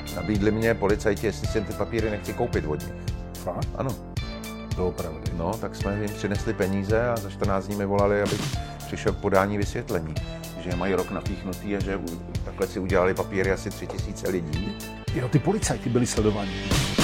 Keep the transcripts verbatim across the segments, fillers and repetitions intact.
Nabídli mě policajti, jestli si ty papíry nechci koupit od nich. Fakt? Ano. Doopravdy. No, tak jsme jim přinesli peníze a za čtrnáct dní mi volali, abych přišel k podání vysvětlení. Že mají rok napíchnutý a že takhle si udělali papíry asi tři tisíce lidí. Jo, ty policajti byli sledovaní.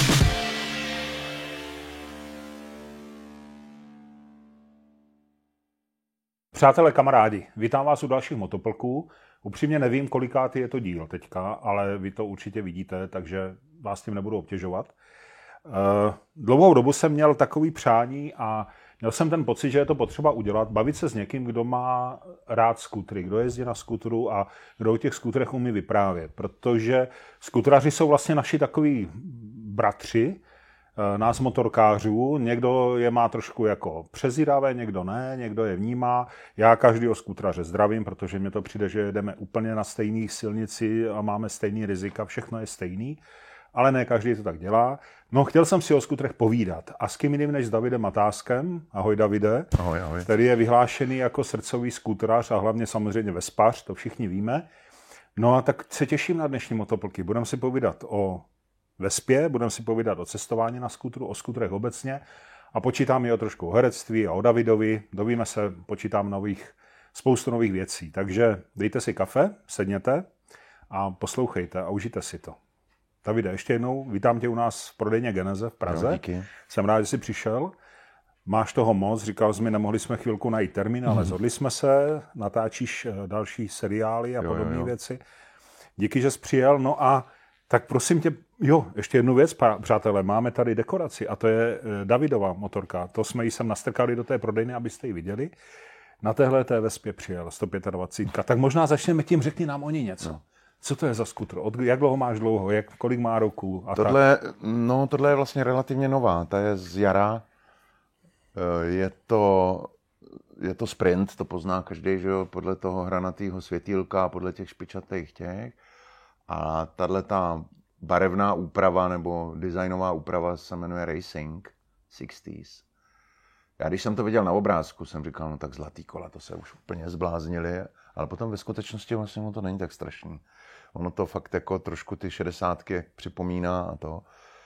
Přátelé, kamarádi, vítám vás u dalších Motoplků. Upřímně nevím, kolikátý je to díl teďka, ale vy to určitě vidíte, takže vás tím nebudu obtěžovat. Dlouhou dobu jsem měl takový přání a měl jsem ten pocit, že je to potřeba udělat, bavit se s někým, kdo má rád skutry, kdo jezdí na skutru a kdo o těch skutrech umí vyprávět, protože skutraři jsou vlastně naši takový bratři, nás motorkářů, někdo je má trošku jako přezíravé, někdo ne, někdo je vnímá. Já každýho skutraře zdravím, protože mi to přijde, že jedeme úplně na stejné silnici a máme stejný rizika, všechno je stejný, ale ne každý to tak dělá. No, chtěl jsem si o skutrech povídat. A s kým jiným než s Davidem Matáskem, ahoj Davide, ahoj, ahoj. Který je vyhlášený jako srdcový skutrař a hlavně samozřejmě vespař, to všichni víme. No a tak se těším na dnešní Motoplky. Budeme si povídat o Vespě, budeme si povídat o cestování na skutru, o skutrech obecně a počítám i o trošku o herectví a o Davidovi. Dovíme se, počítám nových, spoustu nových věcí. Takže dejte si kafe, sedněte a poslouchejte a užijte si to. Davide, ještě jednou vítám tě u nás v prodejně Geneze v Praze. No, díky. Jsem rád, že jsi přišel. Máš toho moc, říkal jsi mi, nemohli jsme chvilku najít termín, ale mm. zhodli jsme se, natáčíš další seriály a jo, podobné věci. Díky, že jsi přijel. No a tak prosím tě, jo, ještě jednu věc, přátelé, máme tady dekoraci a to je Davidova motorka. To jsme ji sem nastrkali do té prodejny, abyste ji viděli. Na téhle té Vespě přijel sto dvacet pět. Tak možná začneme tím, řekni nám o ní něco. No. Co to je za skutr? Od, jak dlouho máš dlouho? Jak, kolik má roků? A tohle, no, tohle je vlastně relativně nová. Ta je z jara. Je to, je to sprint, to pozná každý, že jo, podle toho hranatého světýlka, podle těch špičatých těch. A tato barevná úprava nebo designová úprava se jmenuje Racing šedesátých. Já když jsem to viděl na obrázku, jsem říkal, no tak zlatý kola, to se už úplně zbláznili, ale potom ve skutečnosti vlastně to není tak strašný. Ono to fakt jako trošku ty šedesátky připomíná a to.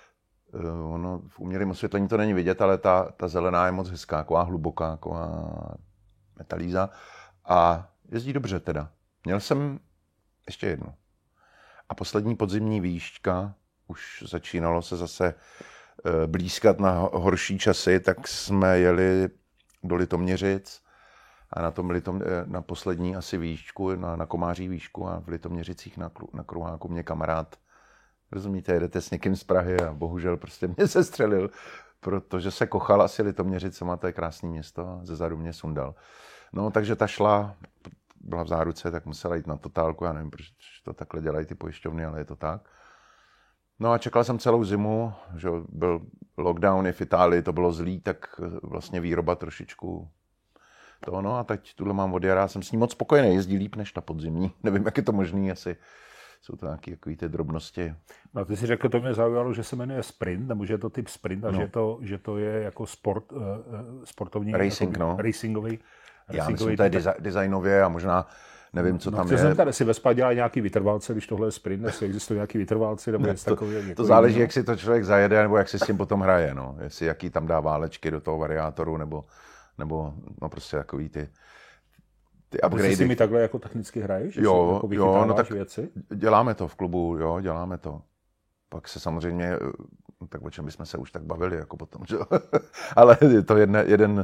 Ono v umělém osvětlení to není vidět, ale ta, ta zelená je moc hezká, taková hluboká, taková metalíza a jezdí dobře teda. Měl jsem ještě jednu. A poslední podzimní výšťka, už začínalo se zase blízkat na horší časy, tak jsme jeli do Litoměřic a na, tom Litom, na poslední asi výšťku, na, na Komáří výšku a v Litoměřicích na, na Kruháku mě kamarád, rozumíte, jedete s někým z Prahy a bohužel prostě mě se střelil, protože se kochal asi Litoměřicema, to je krásné město a zezadu mě sundal. No takže ta šla, byla v záruce, tak musela jít na totálku, já nevím, proč to takhle dělají ty pojišťovny, ale je to tak. No a čekal jsem celou zimu, že byl lockdown i v Itálii, to bylo zlý, tak vlastně výroba trošičku to, no a teď tuhle mám od jara, jsem s ní moc spokojený, jezdí líp než ta podzimní, nevím, jak je to možný, asi jsou to nějaké takový ty drobnosti. No ty si řekl, to mě zaujalo, že se jmenuje sprint, nebo že je to typ sprint a no. že, to, že to je jako sport, uh, sportovní, racing, jako no. racingový. Já myslím, to je desi- designově a možná nevím, co no, tam je. je. Tady si Vespa dělá nějaký vytrvalce, když tohle je sprint, jestli existují nějaký vytrvalci, nebo něco takového. To záleží, jak si to člověk zajede, nebo jak si s tím potom hraje, no. Jestli jaký tam dá válečky do toho variátoru, nebo, nebo no prostě takový ty, ty upgradey. Ty si mi takhle jako technicky hraješ? Jo, jako jo, no tak věci? Děláme to v klubu, jo, děláme to. Pak se samozřejmě, tak o čem bychom se už tak bavili, jako potom, že? Ale je to jedna, jeden,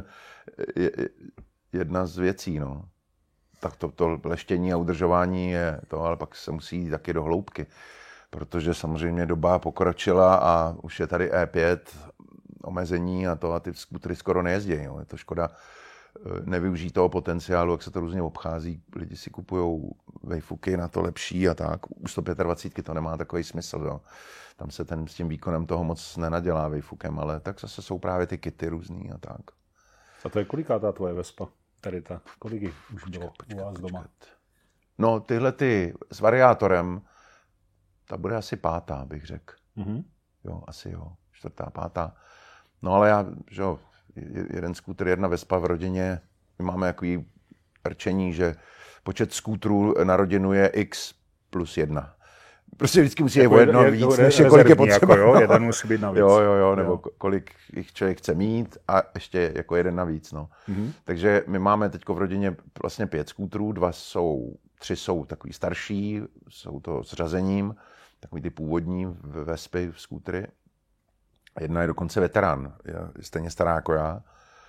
jedna z věcí, no. Tak to, to leštění a udržování je to, ale pak se musí jít taky do hloubky, protože samozřejmě doba pokročila a už je tady E pět, omezení a to a ty skutry skoro nejezdí. Jo. Je to škoda nevyužít toho potenciálu, jak se to různě obchází. Lidi si kupujou vejfuky na to lepší a tak. U sto dvacet pět to nemá takový smysl. Jo. Tam se ten s tím výkonem toho moc nenadělá vejfukem, ale tak zase jsou právě ty kity různý a tak. A to je kolikátá tvoje Vespa? Tady ta, kolik jich už počkat, bylo počkat, u vás počkat. Doma? No tyhle ty s variátorem, ta bude asi pátá, bych řekl. Mm-hmm. Jo, asi jo, čtvrtá, pátá. No ale já, že jo, jeden skútr, jedna Vespa v rodině, my máme takový rčení, že počet skútrů na rodinu je x plus jedna. Prostě vždycky musí jako jedno je, víc, než je kolik je potřeba. Jako jo, jeden musí být navíc. Jo, jo, jo, nebo jo. kolik jich člověk chce mít a ještě jako jeden navíc. No. Mm-hmm. Takže my máme teď v rodině vlastně pět skútrů, dva jsou, tři jsou takový starší, jsou to s řazením, takový ty původní Vespy, skútry. Jedna je dokonce veterán, je stejně stará jako já.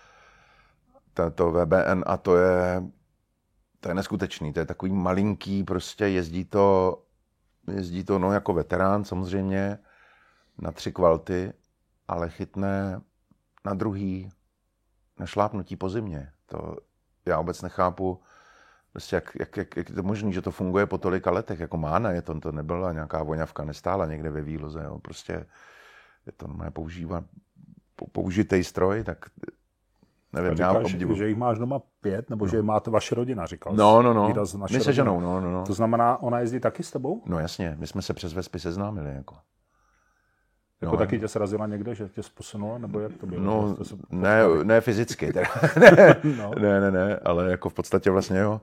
To, to V B N a to je, to je neskutečný, to je takový malinký, prostě jezdí to, jezdí to no jako veterán samozřejmě na tři kvalty, ale chytne na druhý na šlápnutí po zimě. To já vůbec nechápu, prostě jak, jak, jak, jak je to možné, že to funguje po tolika letech, jako Mána je to, to nebyla nějaká voňavka, nestála někde ve výloze, jo. Prostě je to normálně používá, použitej stroj, tak nevím, říkáš, já obdivu. Že jich máš doma pět, nebo no. že máte vaše rodina, říkal jsi? No, no, no, my se ženou, no, no, no. To znamená, ona jezdí taky s tebou? No jasně, my jsme se přes Vespy seznámili, jako. Jako no, taky tě srazila někde, že tě posunula, nebo jak to bylo? No, ne, ne fyzicky, teda. ne, no. ne, ne, ne, ale jako v podstatě vlastně, jo.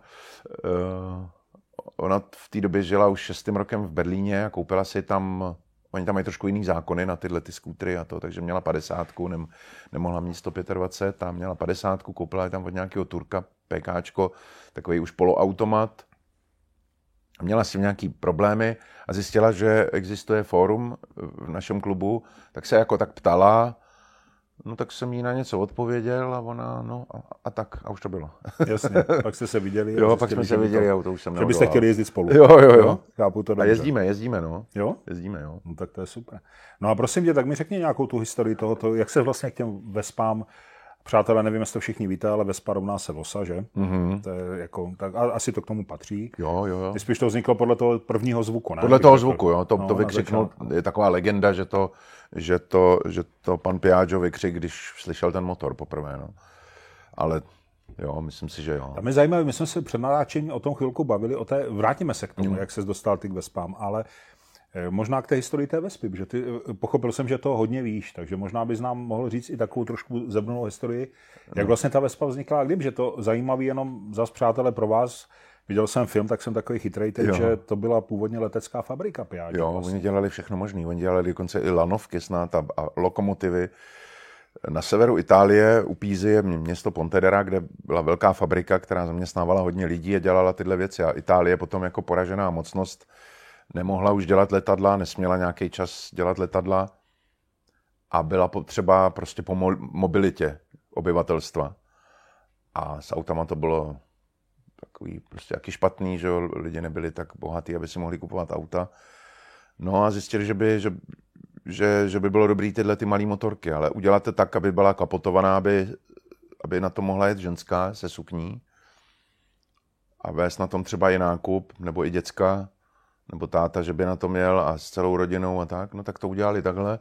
Uh, ona v té době žila už šestým rokem v Berlíně a koupila si tam, oni tam mají trošku jiný zákony na tyhle ty skútry a to, takže měla padesátku, nem, nemohla mít sto dvacet pět, tam měla padesátku, koupila je tam od nějakého Turka, PKčko, takový už poloautomat. Měla s tím nějaký problémy a zjistila, že existuje fórum v našem klubu, tak se jako tak ptala, no tak jsem jí na něco odpověděl a ona, no a, a tak, a už to bylo. Jasně, pak jste se viděli. Jo, pak jsme se viděli a to už jsem neodolal. Že byste chtěli jezdit spolu. Jo, jo, jo. jo? Chápu to dobře. A jezdíme, jezdíme, no. Jo? Jezdíme, jo. No tak to je super. No a prosím tě, tak mi řekni nějakou tu historii tohoto, jak se vlastně k těm Vespám. Přátelé, nevím, jestli to všichni víte, ale Vespa rovná se vosa, že? Mm-hmm. To je jako, tak asi to k tomu patří. Jo, jo, jo. Spíš to vzniklo podle toho prvního zvuku, ne? Podle toho zvuku, jo. To, no, to vykřiknul, je taková legenda, že to, že to, že to pan Piaggio vykřik, když slyšel ten motor poprvé, no. Ale jo, myslím si, že jo. Tam je zajímavé, my jsme se před natáčením o tom chvilku bavili, o té, vrátíme se k tomu, mm. jak ses dostal ty k Vespám, ale možná k té historii té Vespy, protože ty, pochopil jsem, že to hodně víš, takže možná bys nám mohl říct i takovou trošku zebnulou historii, jak vlastně ta Vespa vznikla a kdy, že to zajímavý jenom zas přátelé pro vás. Viděl jsem film, tak jsem takový chytrej teď, že to byla původně letecká fabrika Piaggio. Jo, vlastně. Oni dělali všechno možné, oni dělali dokonce i lanovky snad a, a lokomotivy. Na severu Itálie u Pízy je město Pontedera, kde byla velká fabrika, která zaměstnávala hodně lidí a dělala tyhle věci. A Itálie potom jako poražená mocnost nemohla už dělat letadla, nesměla nějaký čas dělat letadla a byla potřeba prostě po mobilitě obyvatelstva. A s autama to bylo takový prostě jaký špatný, že lidi nebyli tak bohatí, aby si mohli kupovat auta. No a zjistili, že by, že, že, že by bylo dobrý tyhle ty malé motorky, ale udělat to tak, aby byla kapotovaná, aby, aby na to mohla jet ženská se sukní a vést na tom třeba i nákup, nebo i děcka, nebo táta, že by na to měl a s celou rodinou a tak, no tak to udělali takhle.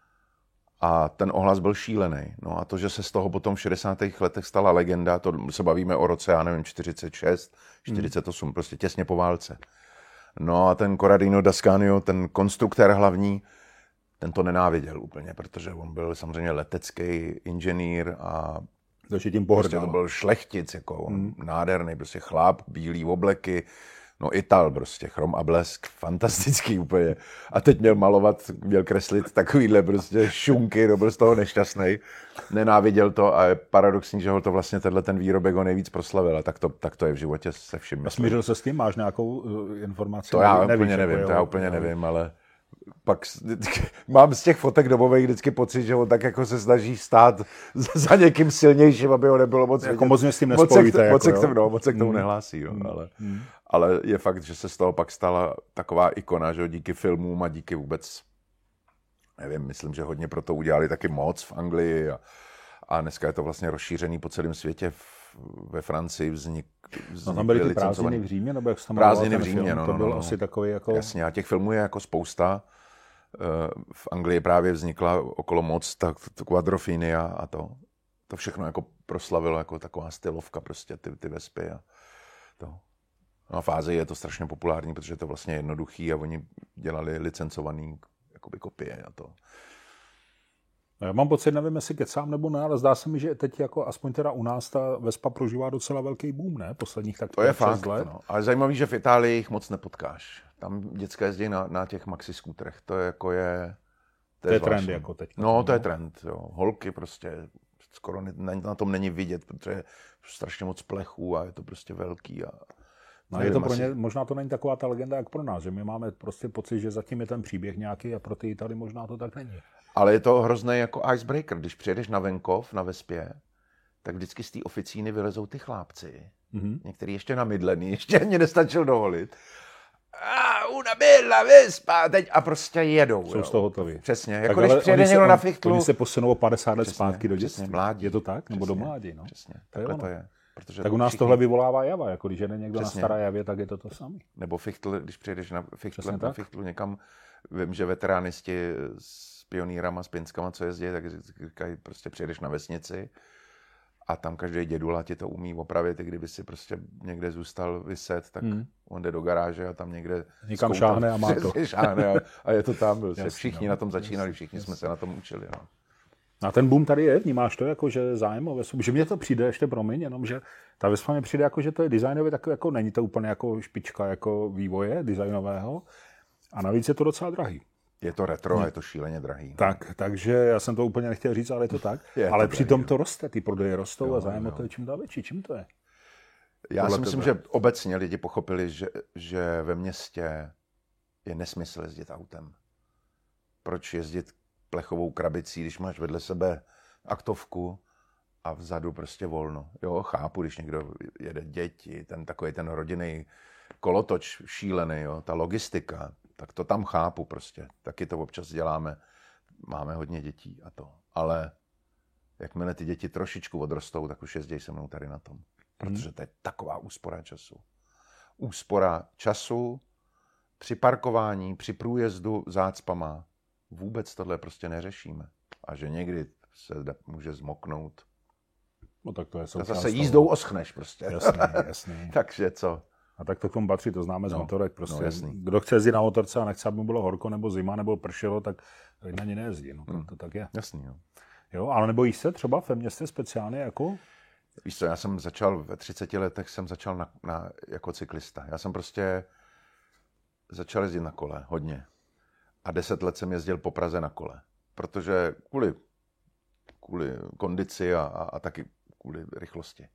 A ten ohlas byl šílený. No a to, že se z toho potom v šedesátých letech stala legenda, to se bavíme o roce, já nevím, čtyřicet šest, čtyřicet osm, hmm. prostě těsně po válce. No a ten Corradino Dascanio, ten konstruktér hlavní, ten to nenáviděl úplně, protože on byl samozřejmě letecký inženýr a takže tím pohrdal. Prostě to byl šlechtic, jako on hmm. nádherný, prostě chlap, bílý obleky, no Ital prostě, chrom a blesk, fantastický úplně. A teď měl malovat, měl kreslit takovýhle prostě šunky, no byl z toho nešťastný. Nenáviděl to a je paradoxní, že ho to vlastně tenhle ten výrobek ho nejvíc proslavil. A tak to, tak to je v životě se vším. A smířil se s tím? Máš nějakou uh, informaci? To já nevíš, úplně nevím, to já úplně nevím, ale pak mám z těch fotek dobových vždycky pocit, že on tak jako se snaží stát za někým silnějším, aby ho nebylo moc jako moc s tím nespojíte. Moc se k tomu, no, moc se k tomu nehlásí, jo, ale, mm. ale je fakt, že se z toho pak stala taková ikona, že díky filmům a díky vůbec, nevím, myslím, že hodně pro to udělali taky moc v Anglii a, a dneska je to vlastně rozšířený po celém světě. Ve Francii vznik, vznik no tam byly ty prázdniny v Římě, nebo jak se tam prázdniny v Římě, no, to no, bylo no, asi takový jako... Jasně, a těch filmů je jako spousta. V Anglii právě vznikla okolo moc tak Quadrofiny a, a to. To všechno jako proslavilo jako taková stylovka prostě, ty, ty Vespy a to. No a v Ázii je to strašně populární, protože je to vlastně jednoduchý a oni dělali licencovaný jakoby kopie a to. Já mám pocit, nevím, jestli kecám nebo ne, ale zdá se mi, že teď jako aspoň teda u nás ta Vespa prožívá docela velký boom, ne? Posledních tak to je fakt, let. No. Ale zajímavý, že v Itálii jich moc nepotkáš. Tam děcka jezdí na, na těch maxi skútrech. To je jako je... To je, to je trend jako teď. No, to je trend, jo. Holky prostě skoro ne, na tom není vidět, protože je strašně moc plechů a je to prostě velký. A no, je to pro ně, možná to není taková ta legenda, jak pro nás, že my máme prostě pocit, že zatím je ten příběh nějaký a pro ty tady možná to tak není. Ale je to hrozný jako icebreaker. Když přijedeš na venkov, na Vespě, tak vždycky z té oficíny vylezou ty chlápci. Mm-hmm. Některý ještě namydlený, ještě mě nestačil dovolit. A una bella Vespa, teď a prostě jedou. Jsou z toho hotoví. Přesně, jako tak když přijede někdo se, na fichtlu. Oni se posunou o padesát let přesně, zpátky do dětství. Mládí. Je to tak? Přesně, nebo do mládí, no. Přesně, to je takhle to je. Protože tak u nás všichni... tohle vyvolává java, jako když jede někdo přesně. na staré javě, tak je to to samé. Nebo fichtl, když přijedeš na fichtl, na fichtlu někam, vím, že veteránisti s pionýrama, s pinskama, co jezdí, tak říkají, prostě přijedeš na vesnici a tam každý dědula ti to umí opravit, i kdyby si prostě někde zůstal vyset, tak hmm. on jde do garáže a tam někde někam šáhne a má to. Šáhne a, a je to tam. Jasný, všichni no, na tom začínali, všichni jasný. Jsme se na tom učili. No. A ten boom tady je, vnímáš to jako, že zájem o Vespu, že mně to přijde, ještě promiň, jenom, že ta Vespa mi přijde jako, že to je designově takové, jako není to úplně jako špička jako vývoje designového a navíc je to docela drahý. Je to retro a je to šíleně drahý. Tak, takže já jsem to úplně nechtěl říct, ale je to tak. Je ale to přitom drahý, to roste, ty prodeje rostou jo, a zájem o to je čím dál větší. Čím to je? Já Podle si myslím, tebe. že obecně lidi pochopili, že, že ve městě je nesmysl jezdit autem. Proč jezdit plechovou krabicí, když máš vedle sebe aktovku a vzadu prostě volno. Jo, chápu, když někdo jede děti, ten takový ten rodinný kolotoč šílený, jo, ta logistika, tak to tam chápu prostě. Taky to občas děláme. Máme hodně dětí a to. Ale jakmile ty děti trošičku odrostou, tak už jezdí se mnou tady na tom. Protože to je taková úspora času. Úspora času při parkování, při průjezdu zácpama. Vůbec tohle prostě neřešíme. A že někdy se může zmoknout. No tak to je součást. Zase jízdou oschneš prostě. Jasný, jasný. Takže co? A tak to k tomu patří, to známe z no, motorek. Prostě. No, kdo chce jezdit na motorce a nechce, aby mu bylo horko, nebo zima, nebo pršelo, tak na ní nejezdí. No, hmm. to, to tak je. Jasný, jo. Jo, ale nebojíš se třeba ve městě speciálně jako? Víš co, já jsem začal ve třiceti letech, jsem začal na, na, jako cyklista. Já jsem prostě začal jezdit na kole, hodně. A deset let jsem jezdil po Praze na kole. Protože kvůli, kvůli kondici a, a, a taky kvůli rychlosti.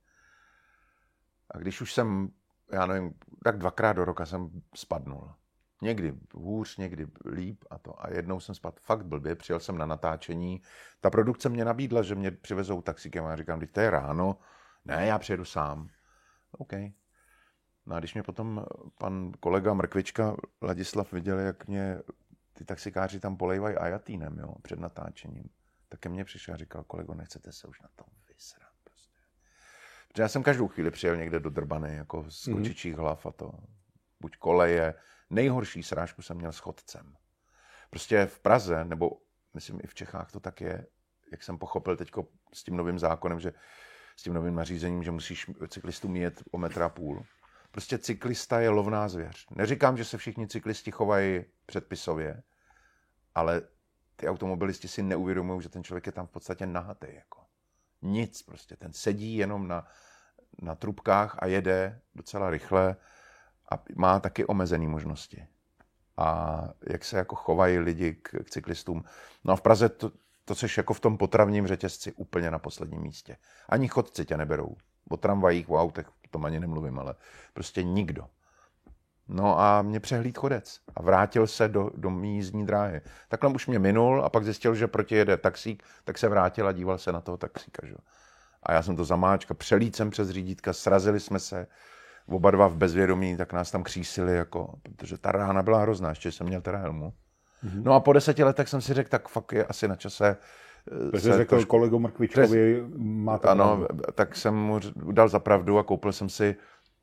A když už jsem, já nevím, tak dvakrát do roka jsem spadnul. Někdy hůř, někdy líp a to. A jednou jsem spadl fakt blbě, přijel jsem na natáčení. Ta produkce mě nabídla, že mě přivezou taxíkem a já říkám, teď to je ráno. Ne, já přijedu sám. OK. No a když mě potom pan kolega Mrkvička Ladislav viděl, jak mě ty taxikáři tam polejvají ajatínem, jo, před natáčením, tak ke mně přišel a říkal, kolego, nechcete se už na tom vysrat. Prostě. Protože já jsem každou chvíli přijel někde do Drbany, jako z kočičích hlav a to. Buď koleje. Nejhorší srážku jsem měl s chodcem. Prostě v Praze, nebo myslím i v Čechách to tak je, jak jsem pochopil teďko s tím novým zákonem, že s tím novým nařízením, že musíš cyklistům jet o metra půl. Prostě cyklista je lovná zvěř. Neříkám, že se všichni cyklisti chovají předpisově, ale ty automobilisti si neuvědomují, že ten člověk je tam v podstatě nahatý. Jako. Nic prostě. Ten sedí jenom na, na trubkách a jede docela rychle a má taky omezené možnosti. A jak se jako chovají lidi k, k cyklistům. No a v Praze to, to seš jako v tom potravním řetězci úplně na posledním místě. Ani chodci tě neberou. O tramvajích, o autech, o tom ani nemluvím, ale prostě nikdo. No a mě přehlíd chodec a vrátil se do, do mý jízdní dráhy. Takhle už mě minul a pak zjistil, že proti jede taxík, tak se vrátil a díval se na toho taxíka. Že? A já jsem to zamáčka, přelít jsem přes řídítka, srazili jsme se, oba dva v bezvědomí, tak nás tam křísili, jako, protože ta rána byla hrozná, ještě jsem měl teda helmu. Mm-hmm. No a po deseti letech jsem si řekl, tak fakt je asi na čase. Takže řekl trošku... kolegu Mrkvičkovi, máte ano, pravdu. Tak jsem mu dal za pravdu a koupil jsem si,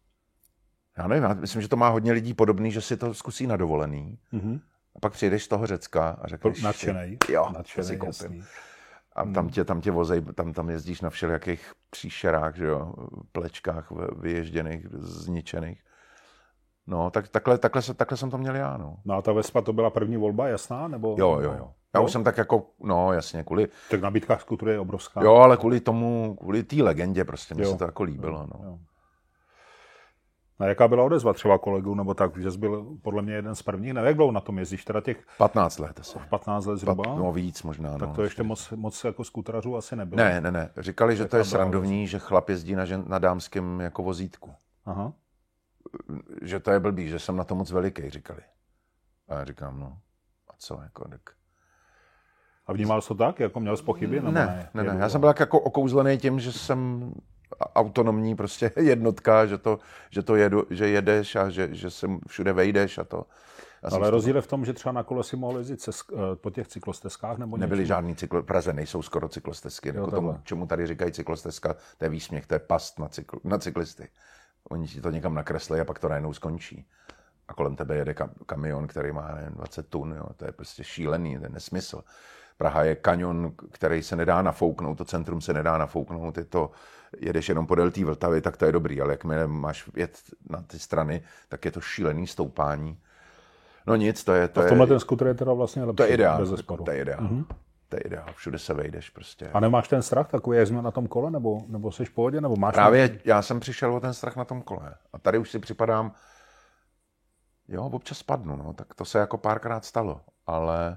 já nevím, já myslím, že to má hodně lidí podobný, že si to zkusí na dovolený. Mm-hmm. A pak přijedeš z toho Řecka a řekneš, nadšenej, jo, nadšenej, si koupím. Jasný. A tam tě, tam tě vozej, tam, tam jezdíš na všelijakých příšerách, že jo, plečkách vyježděných, zničených. No, tak takhle, takhle, takhle jsem to měl já, no. No a ta Vespa to byla první volba, jasná? Nebo... Jo, jo, jo. Já jo? už jsem tak jako, no jasně, kvůli... Tak nabídka skutru je obrovská. Jo, ale kvůli tomu, kvůli té legendě prostě, mi se to jako líbilo, jo, no. Jo. A jaká byla odezva třeba kolegů, nebo tak, že jsi byl podle mě jeden z prvních, nevím, jak dlouho na tom jezdíš, teda těch... patnáct let asi. patnáct let zhruba? Pat, no víc možná. Tak no, to ještě moc, moc jako skútrařů asi nebylo. Ne, ne, ne. Říkali, že Jak to je byla srandovní, že chlap jezdí na, žen, na dámském jako vozítku. Aha. Že to je blbý, že jsem na to moc veliký, říkali. A já říkám, no, a co, jako, tak... A vnímal jsi to tak? Jako měl jsi pochyby? Nebo ne, ne, ne, ne. Já jsem byl jako okouzlený tím, že jsem autonomní prostě jednotka, že to, že to jedu, že jedeš a že, že se všude vejdeš a to. Ale rozdíl je v tom, že třeba na kole si mohl jezdit po těch cyklostezkách nebo nebyly něčím? žádný cyklo, Praze nejsou skoro cyklostezky. Jo, jako tomu, čemu tady říkají cyklostezka, to je výsměch, to je past na, cykl, na cyklisty. Oni ti to někam nakreslí a pak to najednou skončí. A kolem tebe jede kam, kamion, který má nevím, dvacet tun, jo. To je prostě šílený, to je nesmysl. Praha je kanion, který se nedá nafouknout, to centrum se nedá nafouknout, je to, jedeš jenom podél té Vltavy, tak to je dobrý, ale jakmile máš jet na ty strany, tak je to šílený stoupání. No nic, to je... To a v tomhle je, ten skuter je teda vlastně lepší. To je ideál, bez to je ideál. Mm-hmm. To je ideál, všude se vejdeš prostě. A nemáš ten strach takový, jak jsme na tom kole, nebo, nebo jsi v pohodě, nebo máš... Právě na... já jsem přišel o ten strach na tom kole a tady už si připadám, jo, občas spadnu, no, tak to se jako párkrát stalo, ale...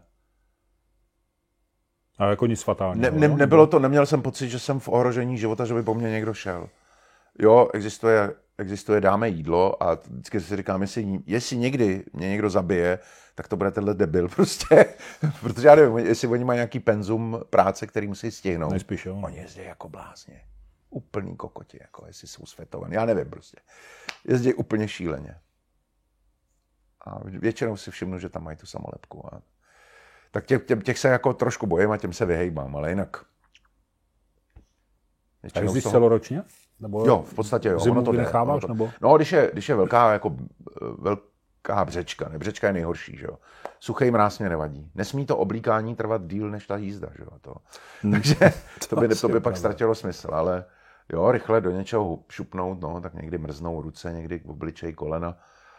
A jako nic fatálního. Ne, ne, nebylo to, neměl jsem pocit, že jsem v ohrožení života, že by po mně někdo šel. Jo, existuje, existuje dáme jídlo a vždycky si říkám, jestli, jestli někdy mě někdo zabije, tak to bude tenhle debil prostě. Protože já nevím, jestli oni mají nějaký penzum práce, který musí stihnout. Nejspíš, jo. Oni jezdí jako blázně. Úplný kokoti, jako jestli jsou světovaný. Já nevím prostě. Jezdí úplně šíleně. A většinou si všimnu, že tam mají tu samolepku. A... Tak těch, těch, těch se jako trošku bojím a těm se vyhejbám, ale jinak... A jezdíš toho... celoročně? Nebo jo, v podstatě jo. Zimu ono to vynecháváš? To... Nebo? No, když je, když je velká, jako velká břečka, ne? Břečka je nejhorší, že jo. Suchý mráz mě nevadí. Nesmí to oblíkání trvat díl než ta jízda, že jo. To... Hmm. Takže to, to by, to by pak ztratilo smysl, ale jo, rychle do něčeho šupnout, no, tak někdy mrznou ruce, někdy obličej, kolena.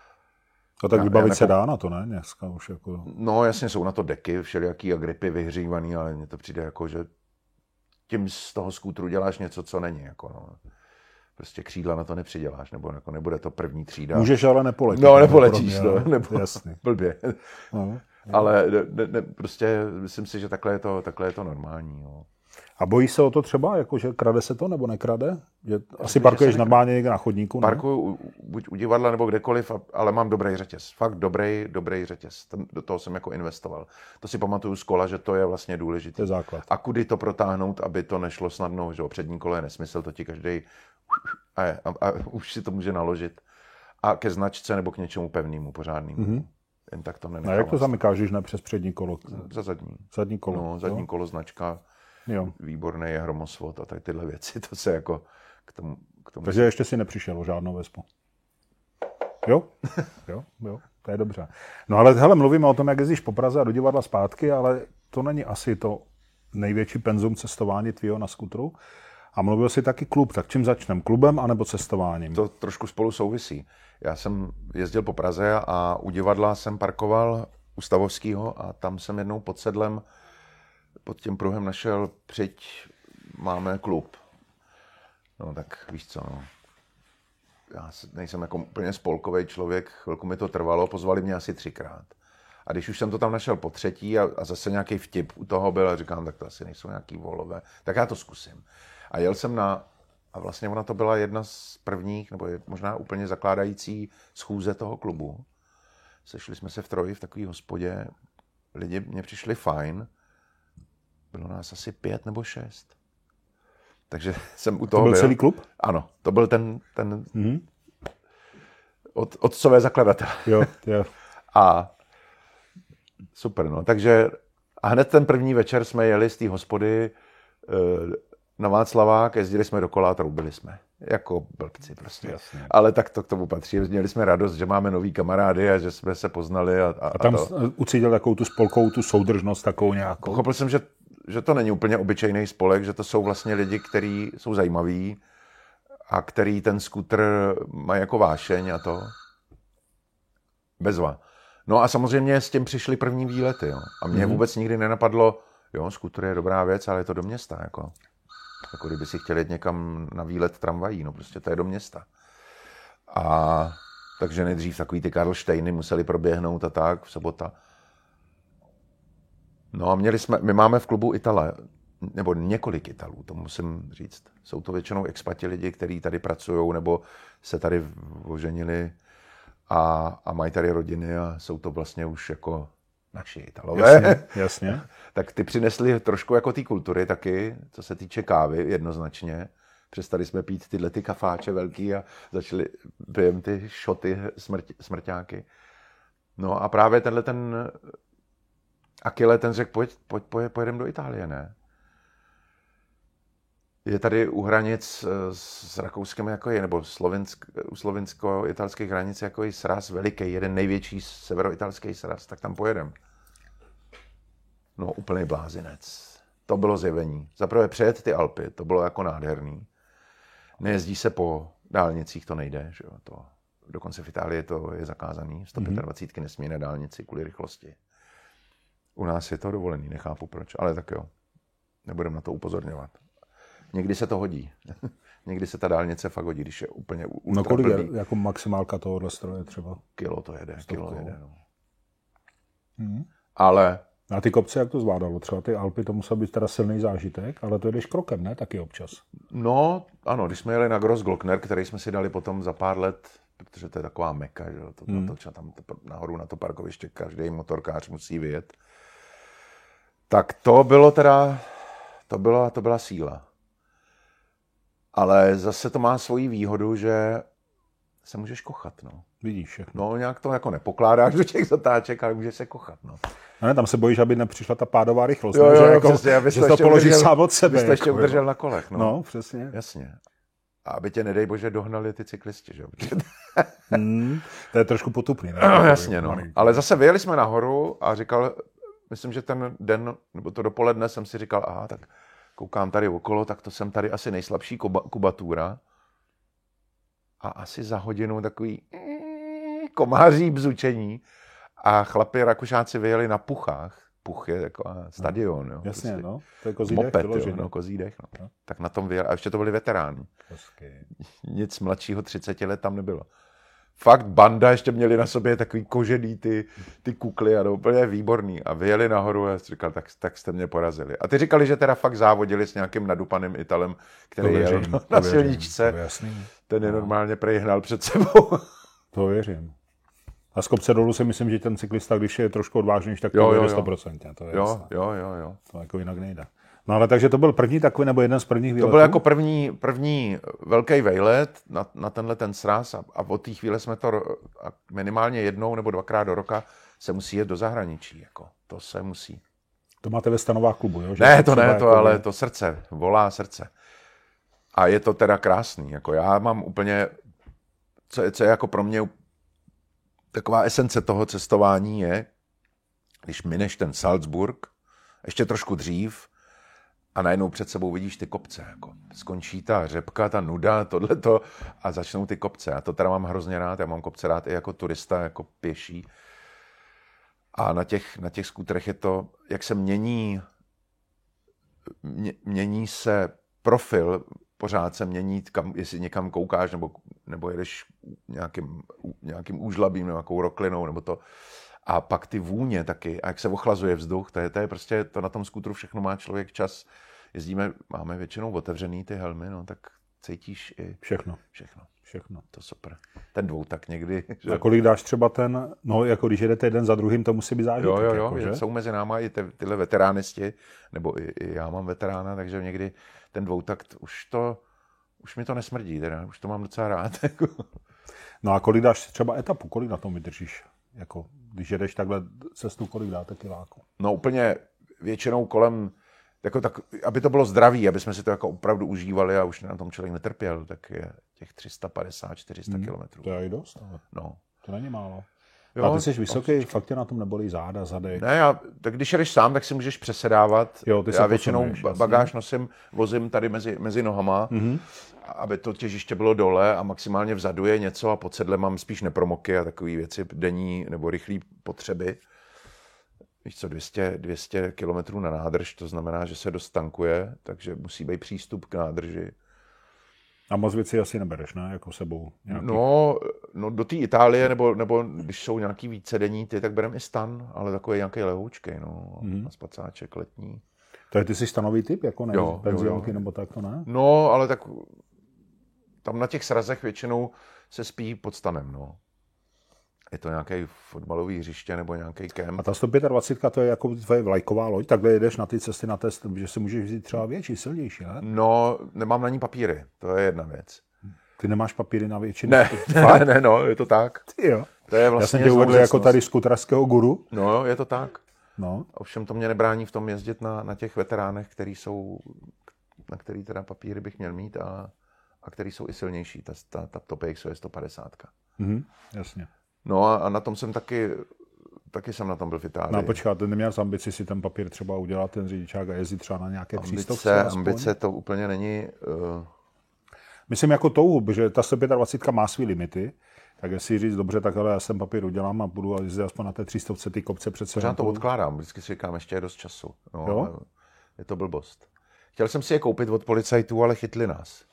A tak vybavit já, se dá na to, ne? Dneska už jako... No, jasně, jsou na to deky, všelijaký agripy vyhřívaný, ale mně to přijde jako, že tím z toho skútru děláš něco, co není, jako no. Prostě křídla na to nepřiděláš, nebo jako nebude to první třída. Můžeš, ale nepoletíš. No, nepoletíš, no, nebo jasný. Blbě. No, no. Ale ne, ne, prostě myslím si, že takhle je to, takhle je to normální, jo. A bojíš se o to třeba, jako, že krade se to, nebo nekrade? Že asi parkuješ normálně někde na chodníku, ne? Parkuju buď u divadla, nebo kdekoliv, ale mám dobrý řetěz. Fakt dobrý, dobrý řetěz. Ten, do toho jsem jako investoval. To si pamatuju z kola, že to je vlastně důležité. To je základ. A kudy to protáhnout, aby to nešlo snadno, že přední kolo je nesmysl, to ti každý a, a, a už si to může naložit. A ke značce nebo k něčemu pevnému, pořádnému. Mm-hmm. Jen tak to nenechám. A jak to zamykáš, když ne přes přední kolo? Za zadní. Zadní kolo. No, zadní jo? Kolo, značka. Jo. Výborný je hromosvod a tady tyhle věci, to se jako k tomu... K tomu Takže ještě si nepřišel o žádnou vespu. Jo? Jo, jo, to je dobře. No ale hele, mluvíme o tom, jak jezdíš po Praze a do divadla zpátky, ale to není asi to největší penzum cestování tvýho na skutru. A mluvil jsi taky klub, tak čím začneme? Klubem anebo cestováním? To trošku spolu souvisí. Já jsem jezdil po Praze a u divadla jsem parkoval u Stavovského a tam jsem jednou pod sedlem pod tím pruhem našel, přijď, máme klub. No tak víš co, no. Já nejsem jako úplně spolkový člověk, chvilku mi to trvalo, pozvali mě asi třikrát. A když už jsem to tam našel po třetí a, a zase nějaký vtip u toho byl a říkám, tak to asi nejsou nějaký volové, tak já to zkusím. A jel jsem na, a vlastně ona to byla jedna z prvních, nebo možná úplně zakládající schůze toho klubu. Sešli jsme se v Troji v takové hospodě, lidi mě přišli fajn, bylo nás asi pět nebo šest. Takže jsem u toho To byl byl. celý klub? Ano, to byl ten, ten mm-hmm. od, otcové zakladatel. Jo, jo. A super, no. Takže a hned ten první večer jsme jeli z té hospody na Václavák, jezdili jsme dokola a troubili jsme. Jako blbci prostě. Jasně. Ale tak to k tomu patří. Měli jsme radost, že máme nový kamarády a že jsme se poznali. A, a, a tam a to... ucítil takovou tu spolkovou tu soudržnost, takovou nějakou. Pochopil jsem, že, že to není úplně obyčejný spolek, že to jsou vlastně lidi, kteří jsou zajímaví a který ten skútr mají jako vášeň a to. Bezva. No a samozřejmě s tím přišly první výlety. Jo. A mě mm-hmm. vůbec nikdy nenapadlo, jo, skútr je dobrá věc, ale je to do města. Jako. Jako kdyby si chtěl jít někam na výlet tramvají, no prostě to je do města. A takže nejdřív takový ty Karlštejny museli proběhnout a tak v sobota. No a měli jsme, my máme v klubu Itala, nebo několik Italů, to musím říct. Jsou to většinou expati lidi, kteří tady pracují nebo se tady oženili a, a mají tady rodiny a jsou to vlastně už jako naši Italové. Jasně, jasně. Tak ty přinesli trošku jako té kultury taky, co se týče kávy, jednoznačně. Přestali jsme pít tyhle ty kafáče velký a začali pijem ty šoty smrt, smrťáky. No a právě tenhle ten Achille, ten řekl, pojď, pojď, pojď, pojedeme do Itálie, ne? Je tady u hranic s Rakouskem jako je, nebo Slovinsk, u slovinsko-italských hranic jako je sraz veliký, jeden největší severoitalský sraz, tak tam pojedem. No úplný blázinec. To bylo zjevení. Zaprvé přejet ty Alpy, to bylo jako nádherný. Nejezdí se po dálnicích, to nejde, že jo, to, dokonce v Itálii to je zakázaný, sto dvacet pět nesmí na dálnici kvůli rychlosti. U nás je to dovolený, nechápu proč, ale tak jo, nebudem na to upozorňovat. Někdy se to hodí. Někdy se ta dálnice fakt hodí, když je úplně ultra No kolik blbý. je jako maximálka tohohle stroje třeba? Kilo to jede, kilo jede. No. Hmm. Ale... A ty kopce jak to zvládalo? Třeba ty Alpy, to musel být teda silný zážitek, ale to jedeš krokem, ne? Taky občas. No, ano, když jsme jeli na Grossglockner, který jsme si dali potom za pár let, protože to je taková meka, že to, hmm. to, tam to, nahoru na to parkoviště každý motorkář musí vyjet. Tak to bylo teda, to, bylo, to byla síla. Ale zase to má svoji výhodu, že se můžeš kochat, no. Vidíš všechno. No, nějak to jako nepokládáš do těch zatáček, ale můžeš se kochat, no. A ne, tam se bojíš, aby nepřišla ta pádová rychlost. Jo, ne? jo, Že, jo, jako, přesně, aby že to to položíš udržel, sám od sebe. Aby to ještě jako, udržel jo. na kolech, no. No, přesně. Jasně. A aby tě, nedej bože, dohnali ty cyklisti, že jo. hmm, to je trošku potupný. Ne? No, jasně, no. Ale zase vyjeli jsme nahoru a říkal, myslím, že ten den, nebo to dopoledne jsem si říkal, aha, tak koukám tady okolo, tak to jsem tady asi nejslabší kubatura. A asi za hodinu takový komáří bzučení a chlapi Rakušáci vyjeli na Puchách. Puch je jako stadion. Jo, jasně, prostě. no. To je kozí dech. Moped, jo, no, kozí dech. No. No. Tak na tom vyjeli. A ještě to byli veteráni. Hezky. Nic mladšího třiceti let tam nebylo. Fakt banda, ještě měli na sobě takový kožený ty, ty kukly a to úplně výborný. A vyjeli nahoru a říkal, tak, tak jste mě porazili. A ty říkali, že teda fakt závodili s nějakým nadupaným Italem, který jel na to silničce. To jasný. Ten je normálně prehnal před sebou. To věřím. A z kopce dolů si myslím, že ten cyklista, když je trošku odvážnější, tak to jo, jo, jde sto procent. To je jo, jo, jo, jo. To jako jinak nejde. No ale takže to byl první takový, nebo jeden z prvních výletů? To byl jako první, první velký vejlet na, na tenhle ten sraz a, a od té chvíle jsme to a minimálně jednou nebo dvakrát do roka se musí jet do zahraničí. Jako. To se musí. To máte ve stanovách klubu, jo? Že ne, to ne, to jako ale to srdce, volá srdce. A je to teda krásný. Jako já mám úplně, co je, co je jako pro mě taková esence toho cestování je, když mineš ten Salzburg, ještě trošku dřív, a najednou před sebou vidíš ty kopce. Jako. Skončí ta řepka, ta nuda, tohleto a začnou ty kopce. A to teda mám hrozně rád. Já mám kopce rád i jako turista, jako pěší. A na těch, na těch skutrech je to, jak se mění, mě, mění se profil, pořád se mění, kam, jestli někam koukáš, nebo, nebo jedeš nějakým, nějakým úžlabím, nebo nějakou roklinou, nebo to. A pak ty vůně taky, a jak se ochlazuje vzduch, to je, to je prostě, to na tom skútru všechno má člověk čas. Jezdíme, máme většinou otevřený ty helmy, no, tak cítíš i všechno. Všechno. Všechno. To super. Ten dvoutak někdy. Že? A kolik dáš třeba ten, no jako když jedete jeden za druhým, to musí být zážitek. Jo, jo, jo, jako, že? Jsou mezi náma i ty, tyhle veteránisti, nebo i, i já mám veterána, takže někdy ten dvoutakt, už to, už mi to nesmrdí, teda, už to mám docela rád. No a kolik dáš třeba etapu, kolik na tom vydržíš? Jako, když jedeš takhle cestu, kolik dáte kiláku? No úplně většinou kolem, jako tak, aby to bylo zdravý, aby jsme si to jako opravdu užívali a už na tom člověk netrpěl, tak je těch tři sta padesát čtyři sta hmm, kilometrů. To je i dost, ale no. To není málo. Jo, a ty jsi vysoký, to... fakt tě na tom nebolí záda, zadek. Ne, já, tak když jedeš sám, tak si můžeš přesedávat. Jo, ty já většinou bagáž nosím, vozím tady mezi, mezi nohama, mm-hmm. aby to těžiště bylo dole a maximálně vzadu je něco a pod sedlem mám spíš nepromoky a takové věci denní nebo rychlé potřeby. Víš co, dvě stě kilometrů na nádrž, to znamená, že se dost tankuje, takže musí být přístup k nádrži. A moc věcí asi nebereš, ne? Jako sebou nějaký... No, no do té Itálie, nebo, nebo když jsou nějaký vícedenní ty, tak berem i stan, ale takový nějaký lehoučkej, no. Mm-hmm. A spacáček letní. Takže ty jsi stanový typ, jako ne? Jo, penziálky nebo tak to ne? No, ale tak tam na těch srazech většinou se spí pod stanem, no. Je to nějaký fotbalový hřiště nebo nějaký kemp. A ta sto dvacet pět to je jako tvoje vlajková loď, takhle jedeš na ty cesty na test, že si můžeš vzít třeba větší, silnější, ne? No, nemám na ní papíry, to je jedna věc. Ty nemáš papíry na většinu? Ne, ne, ne, no, je to tak. Ty jo. To je vlastně Já jsem tě uvedl jako tady skuterského guru. No, je to tak. No. Ovšem to mě nebrání v tom jezdit na, na těch veteránech, který jsou, na který teda papíry bych měl mít a, a který jsou i silnější. Ta, ta, ta Top X je sto padesát. Mhm, jasně. No a, a na tom jsem taky, taky jsem na tom byl v Itálii. No počkat, ty neměl ambici si ten papír třeba udělat, ten řidičák a jezdit třeba na nějaké třístovce? Ambice, ambice to úplně není... Uh... Myslím jako touhu, že ta sto dvacet pět má svý limity, tak jestli říct dobře, tak ale já jsem papír udělám a budu jezdit aspoň na té třístovce ty kopce přece. Pořád to odkládám, vždycky si říkám, ještě je dost času. No, jo? Je to blbost. Chtěl jsem si je koupit od policajtů, ale chytli nás.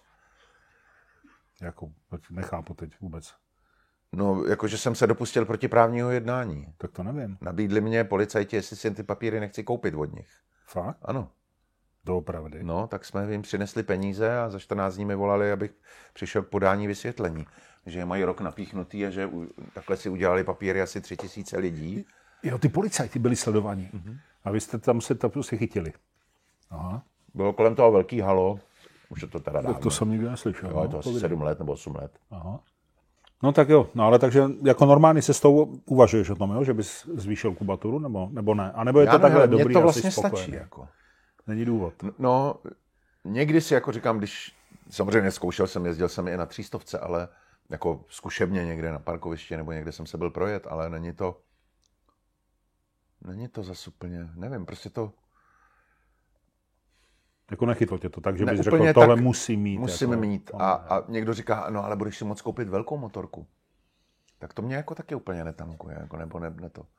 Jako, nechápu teď vůbec. No, jakože jsem se dopustil protiprávního jednání. Tak to nevím. Nabídli mě policajti, jestli si ty papíry nechci koupit od nich. Fakt? Ano. Doopravdy. No, tak jsme jim přinesli peníze a za čtrnáct dní mi volali, abych přišel k podání vysvětlení. Že je mají rok napíchnutý a že takhle si udělali papíry asi tři tisíce lidí. Jo, ty policajti byli sledovaní. Mm-hmm. A vy jste tam se to prostě chytili. Aha. Bylo kolem toho velký halo. Už je to teda dávno. Tak to jsem nikdy neslyšel. Jo, je to asi sedm let nebo osm let. Aha. No tak jo, no ale takže jako normální cestou uvažuješ o tom, jo? Že bys zvýšil kubaturu, nebo, nebo ne? A nebo je to Já takhle ne, dobrý, to vlastně stačí. spokojený. Jako. Není důvod. No, někdy si jako říkám, když samozřejmě zkoušel jsem, jezdil jsem i na třístovce, ale jako zkušebně někde na parkovišti nebo někde jsem se byl projet, ale není to, není to zas úplně, nevím, prostě to... Jako nechytlo tě to tak, že ne, bys řekl, tohle musím mít. Musím jako, mít. A, a někdo říká, no ale budeš si moc koupit velkou motorku. Tak to mě jako taky úplně netankuje, jako nebo ne, ne to.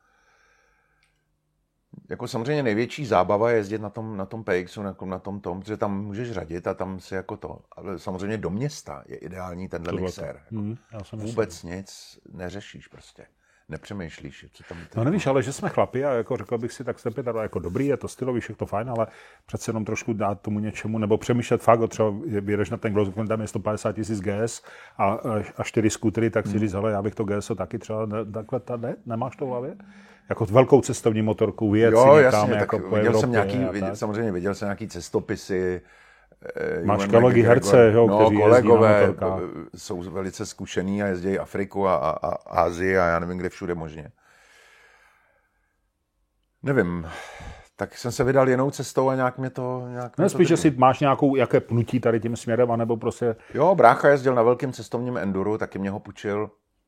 Jako samozřejmě největší zábava je jezdit na tom, na tom P X u, na, na tom tom, protože tam můžeš řadit a tam si jako to. Ale samozřejmě do města je ideální tenhle mixér. Jako hmm, vůbec myslím. Nic neřešíš prostě. Nepřemýšlíš, co tam... No nevíš, ale že jsme chlapi a jako řekl bych si, tak jste pět, jako dobrý, je to stylový, všechno fajn, ale přece jenom trošku dát tomu něčemu, nebo přemýšlet fakt, třeba jedeš na ten Gloss, tam je sto padesát tisíc G S a, a čtyři skutery, tak si hmm. říct, hele, já bych to G S o taky třeba ne, takhle, ne, nemáš to v hlavě? Jako velkou cestovní motorku, vyjet si někam, jasně, jako tak po viděl Evropě jsem nějaký, viděl, samozřejmě viděl jsem nějaký cestopisy. Máš kolegy herce, jo, no, kteří kolegové jezdí na motorkách. Jsou velice zkušený a jezdí Afriku a, a, a Asii a já nevím, kde všude možně. Nevím, tak jsem se vydal jinou cestou a nějak mě to... Nějak ne, spíš, že si máš nějakou, jaké pnutí tady tím směrem, anebo prostě... Jo, brácha jezdil na velkém cestovním enduru, taky mě ho půjčil.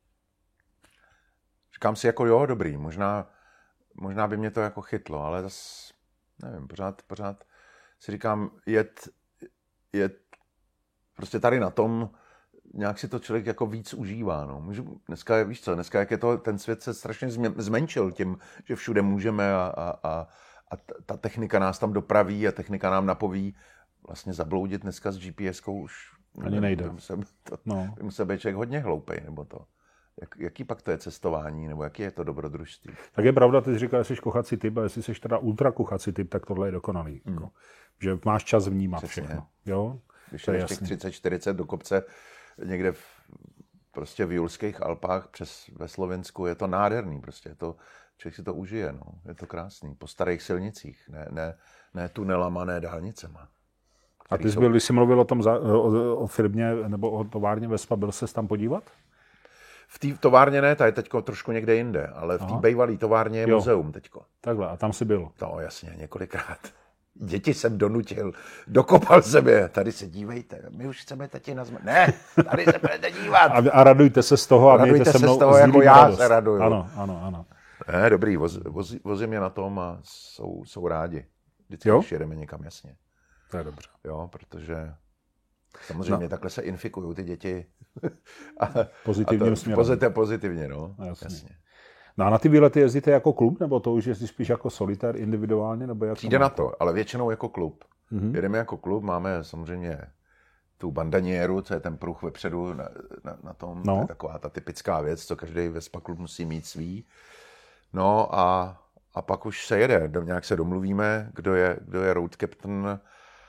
Říkám si jako jo, dobrý, možná, možná by mě to jako chytlo, ale zas, nevím, pořád, pořád si říkám, jet, jet prostě tady na tom, nějak si to člověk jako víc užívá. No. Můžu, dneska, víš co, dneska jak je to, ten svět se strašně zmenšil tím, že všude můžeme a, a, a, a ta technika nás tam dopraví a technika nám napoví vlastně zabloudit dneska s GPSkou už ani nejde. Musel, to, no. musel být člověk hodně hloupej, nebo to. Jak, jaký pak to je cestování, nebo jaký je to dobrodružství? Tak je pravda, ty jsi říkal, že jsi kuchací typ, a jestli jsi teda ultra kuchací typ, tak tohle je dokonalý. Mm. Jako, že máš čas vnímat přesně všechno. Jo? Když jdeš těch třicet čtyřicet do kopce někde v, prostě v Julských Alpách přes ve Slovensku, je to nádherný prostě, je to, člověk si to užije, no. Je to krásný, po starých silnicích, ne, ne, ne tunelama, ne dálnicema. A ty jsi byl, když jsi mluvil o tom za, o, o firmě nebo o továrně Vespa, byl ses tam podívat? V té továrně ne, ta je teďko trošku někde jinde, ale v té bývalé továrně je jo. muzeum teďko. Takhle, a tam jsi byl? No jasně, několikrát. Děti jsem donutil, dokopal jsem je. Tady se dívejte, my už chceme tati nazvat. Ne, tady se budete dívat. A, a radujte se z toho a radujte mějte se mnou z toho, jako já radost. Se raduju. Ano, ano, ano. Ne, dobrý, voz, voz, vozím je na tom a jsou, jsou rádi. Vždycky, jo? když jedeme někam, jasně. To je dobře. Jo, protože samozřejmě no. takhle se infikují ty děti. a, pozitivním a směrem. Pozitiv, pozitivně, no. Jasně. Jasně. No a na ty výlety jezdíte jako klub, nebo to už jezdíš spíš jako solitér individuálně? Nebo jak Přijde na to, ale většinou jako klub. Mm-hmm. Jedeme jako klub, máme samozřejmě tu bandanieru, co je ten pruh vepředu na, na, na tom. No. To je taková ta typická věc, co každý Vespa klub musí mít svý. No a, a pak už se jede. Nějak se domluvíme, kdo je, kdo je road captain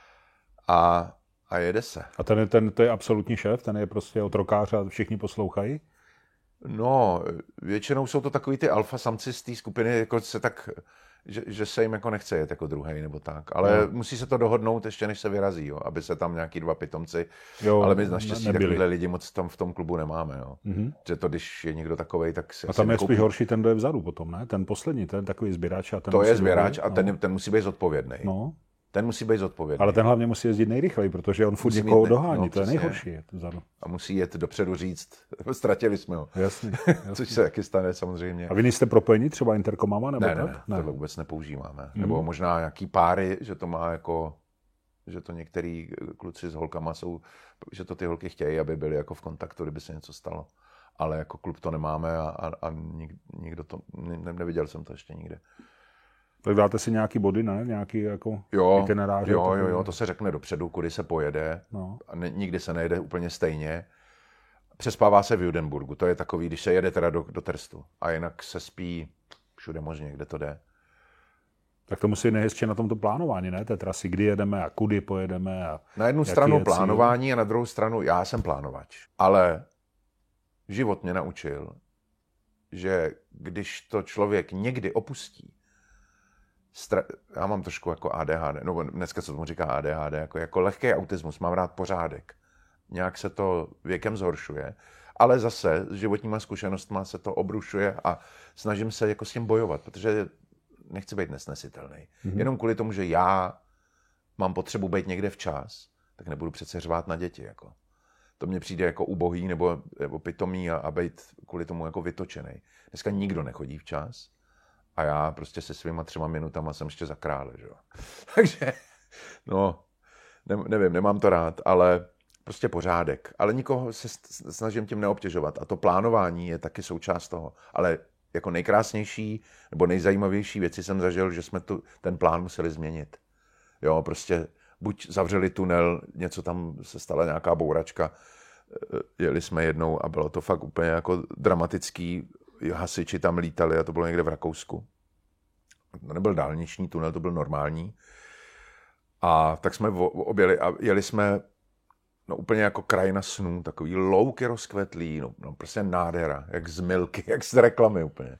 a, a jede se. A ten, ten to je absolutní šéf? Ten je prostě otrokář a všichni poslouchají? No, většinou jsou to takový ty alfa samci z té skupiny, jako se tak, že, že se jim jako nechce jet jako druhej nebo tak. Ale no. musí se to dohodnout ještě, než se vyrazí, jo, aby se tam nějaký dva pitomci, jo, ale my naštěstí takovýhle lidi moc tam v tom klubu nemáme. Jo. Mm-hmm. Že to, když je někdo takovej, tak si... A tam je spíš horší ten, kdo je vzadu potom, ne? Ten poslední, ten takový sběrač. A ten to je sběrač a ten, no. ten musí být zodpovědný. No. Ten musí být zodpovědný. Ale ten hlavně musí jezdit nejrychleji, protože on furt někoho dohání, no, to je nejhorší. Je vzadu. A musí jet dopředu říct, ztratili jsme ho. Jasně, jasně. Což se taky stane samozřejmě. A vy nejste propojení třeba interkomama? Nebo ne, tak? ne, ne, tohle vůbec nepoužíváme. Mm. Hmm. Nebo možná nějaký páry, že to má jako, že to některý kluci s holkama jsou, že to ty holky chtějí, aby byli jako v kontaktu, kdyby se něco stalo. Ale jako klub to nemáme a, a, a nik, nikdo to, ne, neviděl jsem to ještě nikde. Tak dáte si nějaký body, ne? Nějaký jako jo, itineráře? Jo, jo, jo, to se řekne dopředu, kudy se pojede. No. A ne, nikdy se nejede úplně stejně. Přespává se v Judenburgu, to je takový, když se jede teda do, do Terstu. A jinak se spí všude možně, kde to jde. Tak to musí nejhezčí na tomto plánování, ne? Té trasy, kdy jedeme a kudy pojedeme. A na jednu stranu plánování a na druhou stranu já jsem plánovač. Ale život mě naučil, že když to člověk někdy opustí, Stra... já mám trošku jako A D H D, no dneska se tomu říká A D H D, jako, jako lehký autismus, mám rád pořádek. Nějak se to věkem zhoršuje, ale zase s životníma zkušenostma se to obrušuje a snažím se jako s tím bojovat, protože nechci být nesnesitelný. Mm-hmm. Jenom kvůli tomu, že já mám potřebu být někde včas, tak nebudu přece řvát na děti. Jako. To mně přijde jako ubohý nebo, nebo pitomý a, a být kvůli tomu jako vytočený. Dneska nikdo nechodí včas. A já prostě se svýma třema minutama jsem ještě za krále, že jo. Takže, no, ne, nevím, nemám to rád, ale prostě pořádek. Ale nikoho se snažím tím neobtěžovat. A to plánování je taky součást toho. Ale jako nejkrásnější nebo nejzajímavější věci jsem zažil, že jsme tu, ten plán museli změnit. Jo, prostě buď zavřeli tunel, něco tam se stala nějaká bouračka, jeli jsme jednou a bylo to fakt úplně jako dramatický, hasiči tam lítali a to bylo někde v Rakousku. To nebyl dálniční tunel, to byl normální. A tak jsme objeli a jeli jsme no, úplně jako krajina snů, takový louky rozkvetlý, no, no prostě nádhera, jak z Milky, jak z reklamy úplně.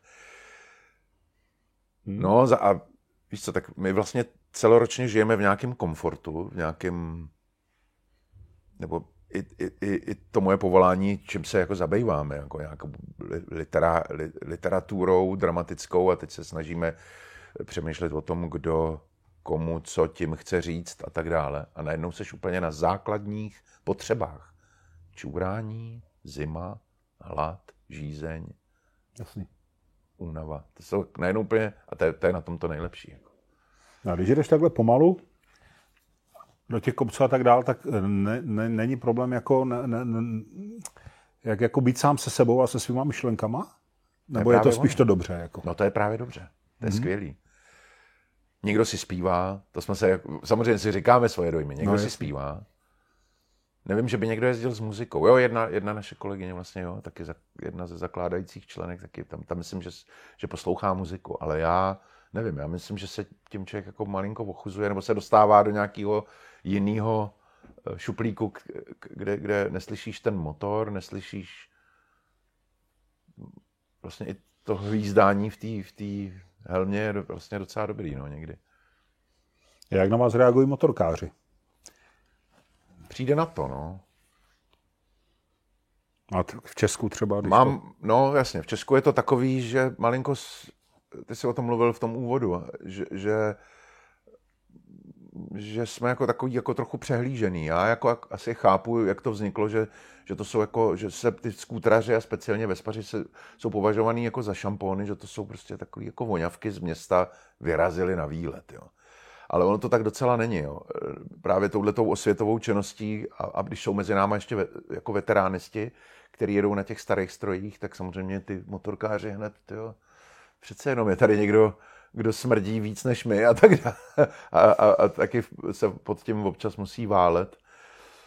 Hmm. No a víš co, tak my vlastně celoročně žijeme v nějakém komfortu, v nějakém, nebo I, i, i to moje povolání, čím se jako zabýváme, jako nějakou litera, literaturou dramatickou a teď se snažíme přemýšlet o tom, kdo komu co tím chce říct a tak dále. A najednou seš úplně na základních potřebách. Čurání, zima, hlad, žízeň, jasný, únava. To jsou najednou úplně, a to je, to je na tom to nejlepší. Jako. No, když jdeš takhle pomalu do těch kopců a tak dál, tak ne, ne, není problém jako, ne, ne, ne, jak, jako být sám se sebou a se svýma myšlenkama? Nebo je, je to spíš ono. To dobře? Jako? No to je právě dobře. To je mm-hmm. skvělý. Někdo si zpívá, to jsme se, samozřejmě si říkáme svoje dojmy, někdo no, si zpívá. Nevím, že by někdo jezdil s muzikou. Jo, jedna, jedna naše kolegyně vlastně, jo, taky za, jedna ze zakládajících členek, taky tam, tam myslím, že, že poslouchá muziku, ale já nevím, já myslím, že se tím člověk jako malinko ochuzuje, nebo se dostává do nějakého jiného šuplíku, kde, kde neslyšíš ten motor, neslyšíš vlastně i to hvízdání v té v té helmě je vlastně docela dobrý, no, někdy. Jak na vás reagují motorkáři? Přijde na to, no. A v Česku třeba? Mám, to... no jasně, v Česku je to takový, že malinko, ty jsi o tom mluvil v tom úvodu, že, že, že jsme jako takový jako trochu přehlížený. Já jako asi chápu, jak to vzniklo, že, že to jsou jako, že se ty skútraři a speciálně vespaři se, jsou považovaný jako za šampóny, že to jsou prostě takový jako voňavky z města vyrazili na výlet, jo. Ale ono to tak docela není, jo. Právě touhletou osvětovou činností a, a když jsou mezi náma ještě ve, jako veteránisti, kteří jedou na těch starých strojích, tak samozřejmě ty motorkáři hned, jo, přece jenom je tady někdo, kdo smrdí víc než my a tak dále. A, a, a taky se pod tím občas musí válet.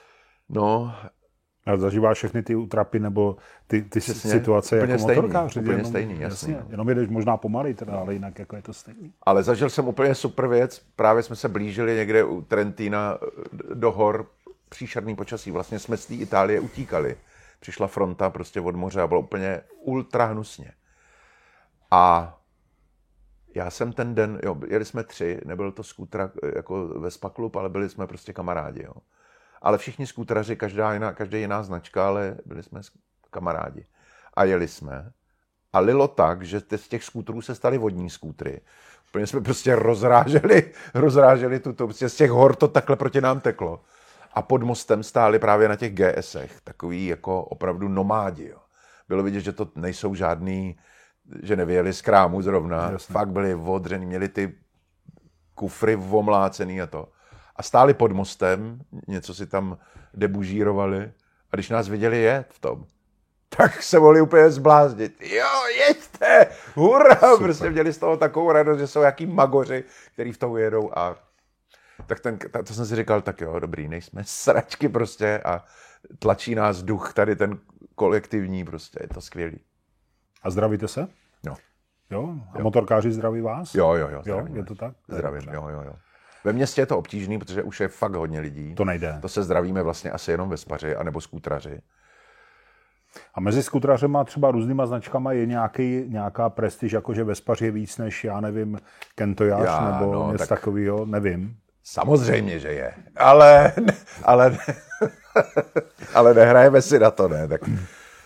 No, a zažíváš všechny ty útrapy nebo ty, ty přesně, situace jako stejný, motorkář? Úplně jenom, stejný, jasný. jasně, jenom jedeš možná pomalej teda, ale jinak jako je to stejný. Ale zažil jsem úplně super věc. Právě jsme se blížili někde u Trentína do hor. Příšerný počasí. Vlastně jsme z té Itálie utíkali. Přišla fronta prostě od moře a bylo úplně ultra hnusně. A já jsem ten den, jo, jeli jsme tři, nebyl to skútra jako Vespa klub, ale byli jsme prostě kamarádi, jo. Ale všichni skútraři, každá jiná, každá jiná značka, ale byli jsme kamarádi. A jeli jsme. A lilo tak, že z těch skútrů se staly vodní skútry. Úplně jsme prostě rozráželi, rozráželi tuto, prostě z těch hor to takhle proti nám teklo. A pod mostem stáli právě na těch G S ech takový jako opravdu nomádi, jo. Bylo vidět, že to nejsou žádný, že nevyjeli z krámu zrovna. Jasně. Fakt byli odřený, měli ty kufry omlácený a to. A stáli pod mostem, něco si tam debužírovali. A když nás viděli jet v tom, tak se mohli úplně zbláznit. Jo, jeďte! Hurra! Super. Prostě měli z toho takovou radost, že jsou jaký magoři, který v tom jedou. A tak ten, to jsem si říkal, tak jo, dobrý, nejsme sračky prostě a tlačí nás duch tady ten kolektivní, prostě je to skvělý. A zdravíte se? Jo. Jo? A jo. Motorkáři zdraví vás? Jo, jo, jo. Zdravím, jo je to tak? Zdravím, jo, jo, jo. Ve městě je to obtížný, protože už je fakt hodně lidí. To nejde. To se zdravíme vlastně asi jenom vespaři anebo skútraři. A mezi skútrařema třeba různýma značkama je nějaký, nějaká prestiž, jakože vespař je víc než, já nevím, Kentojář já, nebo no, něco tak... takového, nevím. Samozřejmě, že je. Ale, ale, ale nehrajeme si na to, ne? Tak, uh...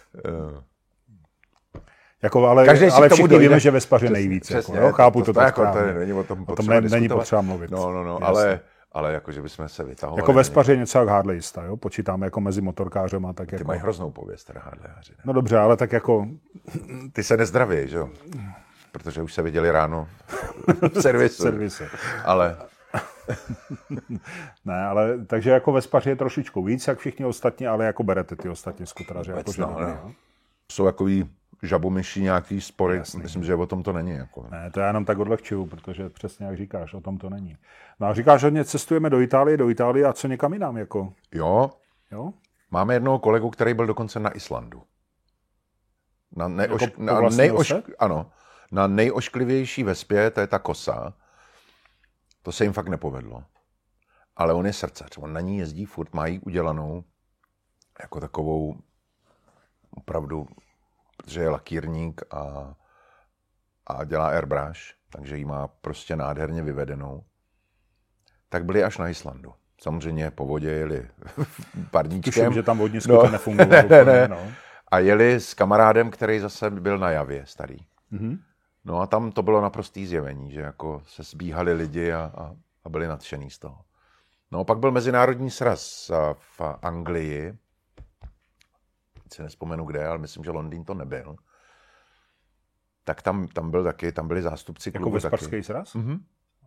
Jako, ale, ale všichni dojde. Víme, že vespař je nejvíc. Přesně, jako, jo? Chápu to, to, to, to jako, to není o tom, o tom ne, není potřeba mluvit. No, no, no, ale, ale jako, že bychom se vytahovali. Jako vespař je něco jak Harleyista, jo? Počítáme jako mezi motorkářema. Tak ty jako... mají hroznou pověst, teda Harleyáři. No dobře, ale tak jako... Ty se nezdraví, že jo? Protože už se viděli ráno v servisu. servise. Ale... ne, ale takže jako vespař je trošičku víc, jak všichni ostatní, ale jako berete ty ostatní skutraři. Jako, no, no. Jsou takový žabomyší nějaký spory, jasný. Myslím, že o tom to není. Jako. Ne, to já jenom tak odlehčuju, protože přesně jak říkáš, o tom to není. No a říkáš, že hodně cestujeme do Itálie, do Itálie a co někam jinam, jako? Jo, jo? Máme jednoho kolegu, který byl dokonce na Islandu. Na, neoš... jako na, nejoš... ano, na nejošklivější vespě, to je ta Kosa. To se jim fakt nepovedlo. Ale on je srdcař, on na ní jezdí furt, má jí udělanou jako takovou opravdu, protože je lakírník a, a dělá airbrush, takže ji má prostě nádherně vyvedenou. Tak byli až na Islandu. Samozřejmě po vodě jeli parníčkem. Tuším, že tam vodní skuter no, nefungoval. Ne, ne, ne. No. A jeli s kamarádem, který zase byl na Javě, starý. Mm-hmm. No a tam to bylo naprostý zjevení, že jako se zbíhali lidi a, a, a byli nadšený z toho. No pak byl mezinárodní sraz v Anglii. Si nespomenu kde, ale myslím, že Londýn to nebyl. Tak tam, tam byl taky, tam byli zástupci klubu. Jako vespařský sraz? Mm-hmm.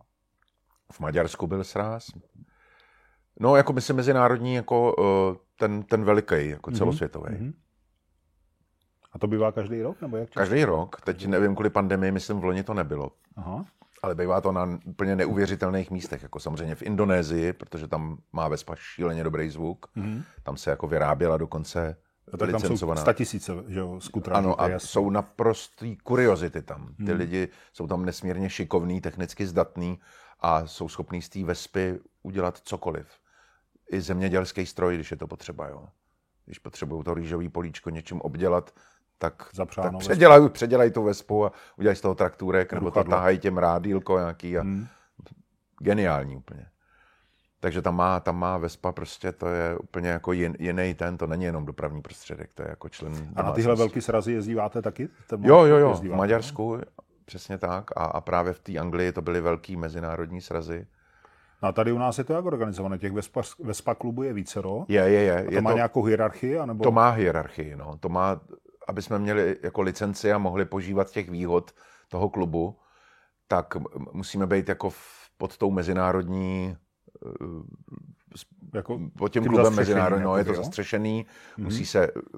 V Maďarsku byl sraz. No jako myslím mezinárodní, jako ten, ten veliký, jako celosvětový. Mm-hmm. A to bývá každý rok? Nebo jak každý rok. Teď nevím, kvůli pandemii, myslím, v loni to nebylo. Aha. Ale bývá to na úplně neuvěřitelných místech, jako samozřejmě v Indonésii, protože tam má vespa šíleně dobrý zvuk. Mm-hmm. Tam se jako vyráběla dokonce tak licencovaná. Tam jsou statisíce, že jo, skutráží. Ano, a jasný. Jsou naprostý kuriozity tam. Ty hmm. lidi jsou tam nesmírně šikovní, technicky zdatní a jsou schopní z té vespy udělat cokoliv. I zemědělský stroj, když je to potřeba, jo. Když potřebují to rýžový políčko něčím obdělat, tak, tak předělají, předělají tu vespu a udělají z toho traktůrek, nebo to tahají těm rádílko nějaký a hmm. geniální úplně. Takže tam má, tam má vespa prostě, to je úplně jako jin, jiný ten, to není jenom dopravní prostředek, to je jako člen domácnosti. A na tyhle velký srazy jezdíváte taky? Jo, jo, jo, v Maďarsku, přesně tak. A, a právě v té Anglii to byly velký mezinárodní srazy. No a tady u nás je to jak organizované? Těch Vespa, Vespa klubů je vícero? Je, je, je. A to je má to, nějakou hierarchii? Anebo... To má hierarchii, no. To má, aby jsme měli jako licenci a mohli požívat těch výhod toho klubu, tak musíme být jako v, pod tou mezinárodní jako pod tím klubem mezinárodní, no, je to zastřešený, mm-hmm. musí se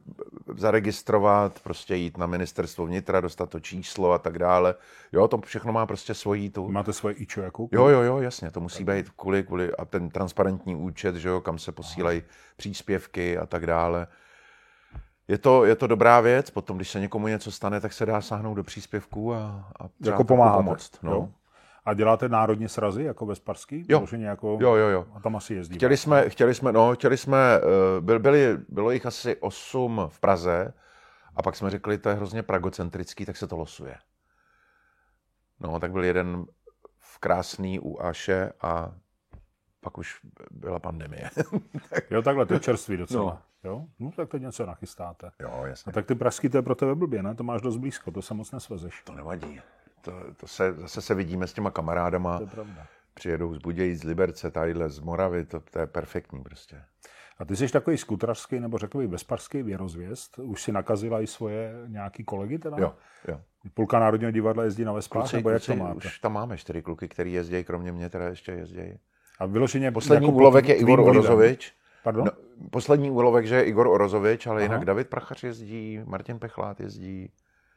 zaregistrovat, prostě jít na ministerstvo vnitra, dostat to číslo a tak dále. Jo, to všechno má prostě svojí tu. Máte svoje ičo jakou? Jo, jo, jo, jasně, to musí být kvůli, kvůli a ten transparentní účet, že jo, kam se posílají příspěvky a tak dále. Je to, je to dobrá věc, potom, když se někomu něco stane, tak se dá sáhnout do příspěvků a, a jako pomáhat. Pomoct. No. Jo. A děláte národní srazy, jako vesparský? Jo. Jako... jo, jo, jo. A tam asi jezdí. Chtěli jsme, chtěli jsme, no, chtěli jsme, byl, byli, bylo jich asi osm v Praze a pak jsme řekli, to je hrozně pragocentrický, tak se to losuje. No, tak byl jeden v Krásný u Aše a pak už byla pandemie. Jo, takhle, to je čerství docela. No. Jo? No, tak teď něco nachystáte. Jo, jasně. A tak ty pražský, to je pro tebe blbě, ne? To máš dost blízko, to se moc nesvezeš. To nevadí. To, to se, zase se vidíme s těma kamarádama. To je pravda. Přijedou z Budějic, z Liberce, tadyhle z Moravy, to, to je perfektní prostě. A ty jsi takový skutařský nebo řekl bych vesparský věrozvěst? Už si nakazila i svoje nějaký kolegy teda? Jo, jo. Půlka Národního divadla jezdí na Vespách, Kluci, nebo jak kluci, to máte? už tam máme čtyři kluky, který jezdí, kromě mě teda ještě jezdí. A vyloženě poslední jako úlovek je Igor lidem. Orozovič. Pardon? No, poslední úlovek, že je Igor Orozovič, ale Aha. jinak David Prachař jezdí, Martin Pechlát jezdí.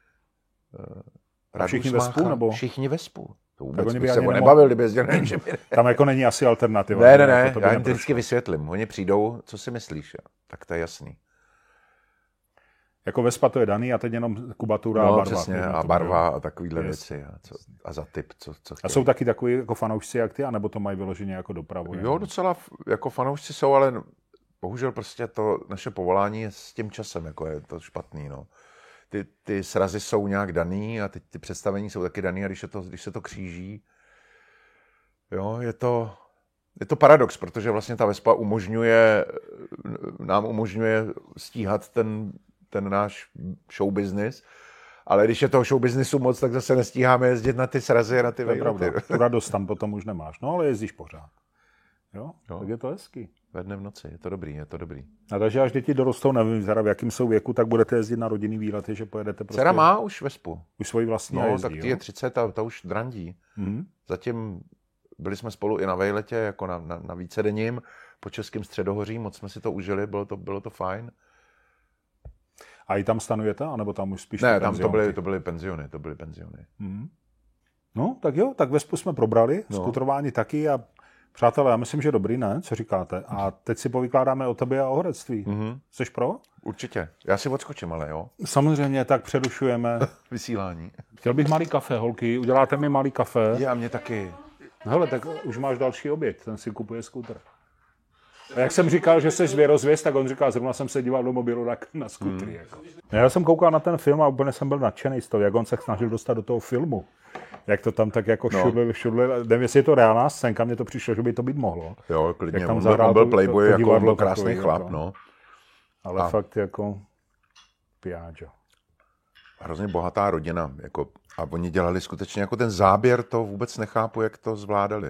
Uh, všichni ve spolu, nebo? Všichni ve spolu. To Tak vůbec oni by bych se ani o nemohli- nebavil, kdyby jezdil na něčem jiném. Tam jako není asi alternativa. Ne, ne, ne, jako to by já jim to neprošlo. vždycky vysvětlím. Oni přijdou, co si myslíš, jo? Tak to je jasný. Jako Vespa to je daný a teď jenom kubatura No, a barva. přesně, Vidíme a to, barva jo. a takovýhle Yes. věci. A, co, a za typ, co, co A chtějí. jsou taky takový jako fanoušci jak ty, anebo to mají vyloženě jako dopravu? Jo, docela f- jako fanoušci jsou, ale bohužel prostě to naše povolání je s tím časem, jako je to špatný, no. Ty, ty srazy jsou nějak daný a ty, ty představení jsou taky daný a když, je to, když se to kříží, jo, je to, je to paradox, protože vlastně ta Vespa umožňuje, nám umožňuje stíhat ten, ten náš show business, ale když je toho show businessu moc, tak zase nestíháme jezdit na ty srazy a na ty To je pravda. vejlety. Tu radost tam potom už nemáš. No, ale jezdíš pořád. Jo? Jo. Tak je to hezký. Ve dne v noci, je to dobrý, je to dobrý. A takže až děti dorostou, nevím, teda v jakém jsou věku, tak budete jezdit na rodinný výlety, že pojedete prostě... Dcera má už Vespu. Už svoji vlastní a No, jezdí, tak ty jo? je třicet a ta už drandí. Mhm. Zatím byli jsme spolu i na vejletě, jako na, na, na vícedenním, po Českém středohoří, moc jsme si to užili, bylo to, bylo to fajn. A i tam stanujete, anebo tam už spíš... Ne, ty tam to penzionky? byly, to byly penziony, to byly penziony. Mhm. No, tak jo, tak Vespu jsme probrali, No. skutrování taky a přátelé, já myslím, že dobrý, ne? Co říkáte? A teď si povykládáme o tobě a o horectví. Mhm. Jsi pro? Určitě. Já si odskočím, ale jo. Samozřejmě, tak přerušujeme. Vysílání. Chtěl bych malý kafe, holky, uděláte mi malý kafe. Je, a mě taky. Hele, tak už máš další oběť, ten si kupuje skuter. A jak jsem říkal, že jsi věrozvěst, tak on říkal, zrovna jsem se díval do mobilu na, na skutry. Hmm. Jako. Já jsem koukal na ten film a úplně jsem byl nadšený z toho, jak on se snažil dostat do toho filmu. Jak to tam tak jako No. šudlil, šudlil. Nevím, jestli je to reálná scénka, mně to přišlo, že by to být mohlo. Jo, klidně. Jak tam On byl, zahrál on byl to- playboy, to jako on divadlo byl krásný takový, chlap, jako. no. Ale A- fakt jako Piaggio. Hrozně bohatá rodina, jako, a oni dělali skutečně jako ten záběr, to vůbec nechápu, jak to zvládali.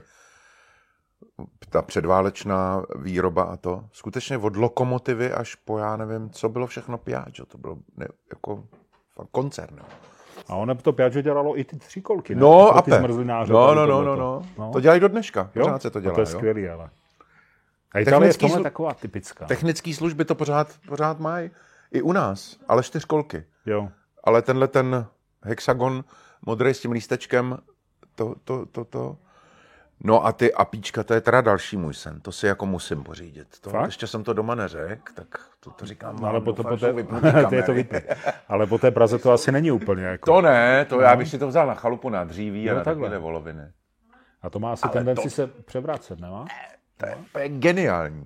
Ta předválečná výroba a to, skutečně od lokomotivy až po, já nevím, co bylo všechno Piaggio, to bylo ne, jako fakt koncern. No, A ono to Piaggio dělalo i ty tříkolky, ne? no Pro a ty pe. zmrzlináře. No, tady no, no, tohleto. no, no, to dělají do dneška, pořád se to dělá. A to je jo. skvělý, ale. A Itálie je v Technický tomhle slu- taková typická. Technické služby to pořád, pořád mají, i u nás, ale čtyřkolky. Jo. Ale tenhle ten hexagon modrý s tím lístečkem, to, to, to, to. No a ty apíčka, to je teda další můj sen. To si jako musím pořídit. To, Fakt? ještě jsem to doma neřekl, tak to, to říkám. No, ale po, doufám, po že té, vypnutí to je to kamery. vypne. Ale po té Praze to asi není úplně jako. To ne, to já bych si to vzal na chalupu na dříví Jo, a na takhle. takové voloviny. A to má asi Ale tendenci to- se převracet, nemá? To je, to je geniální.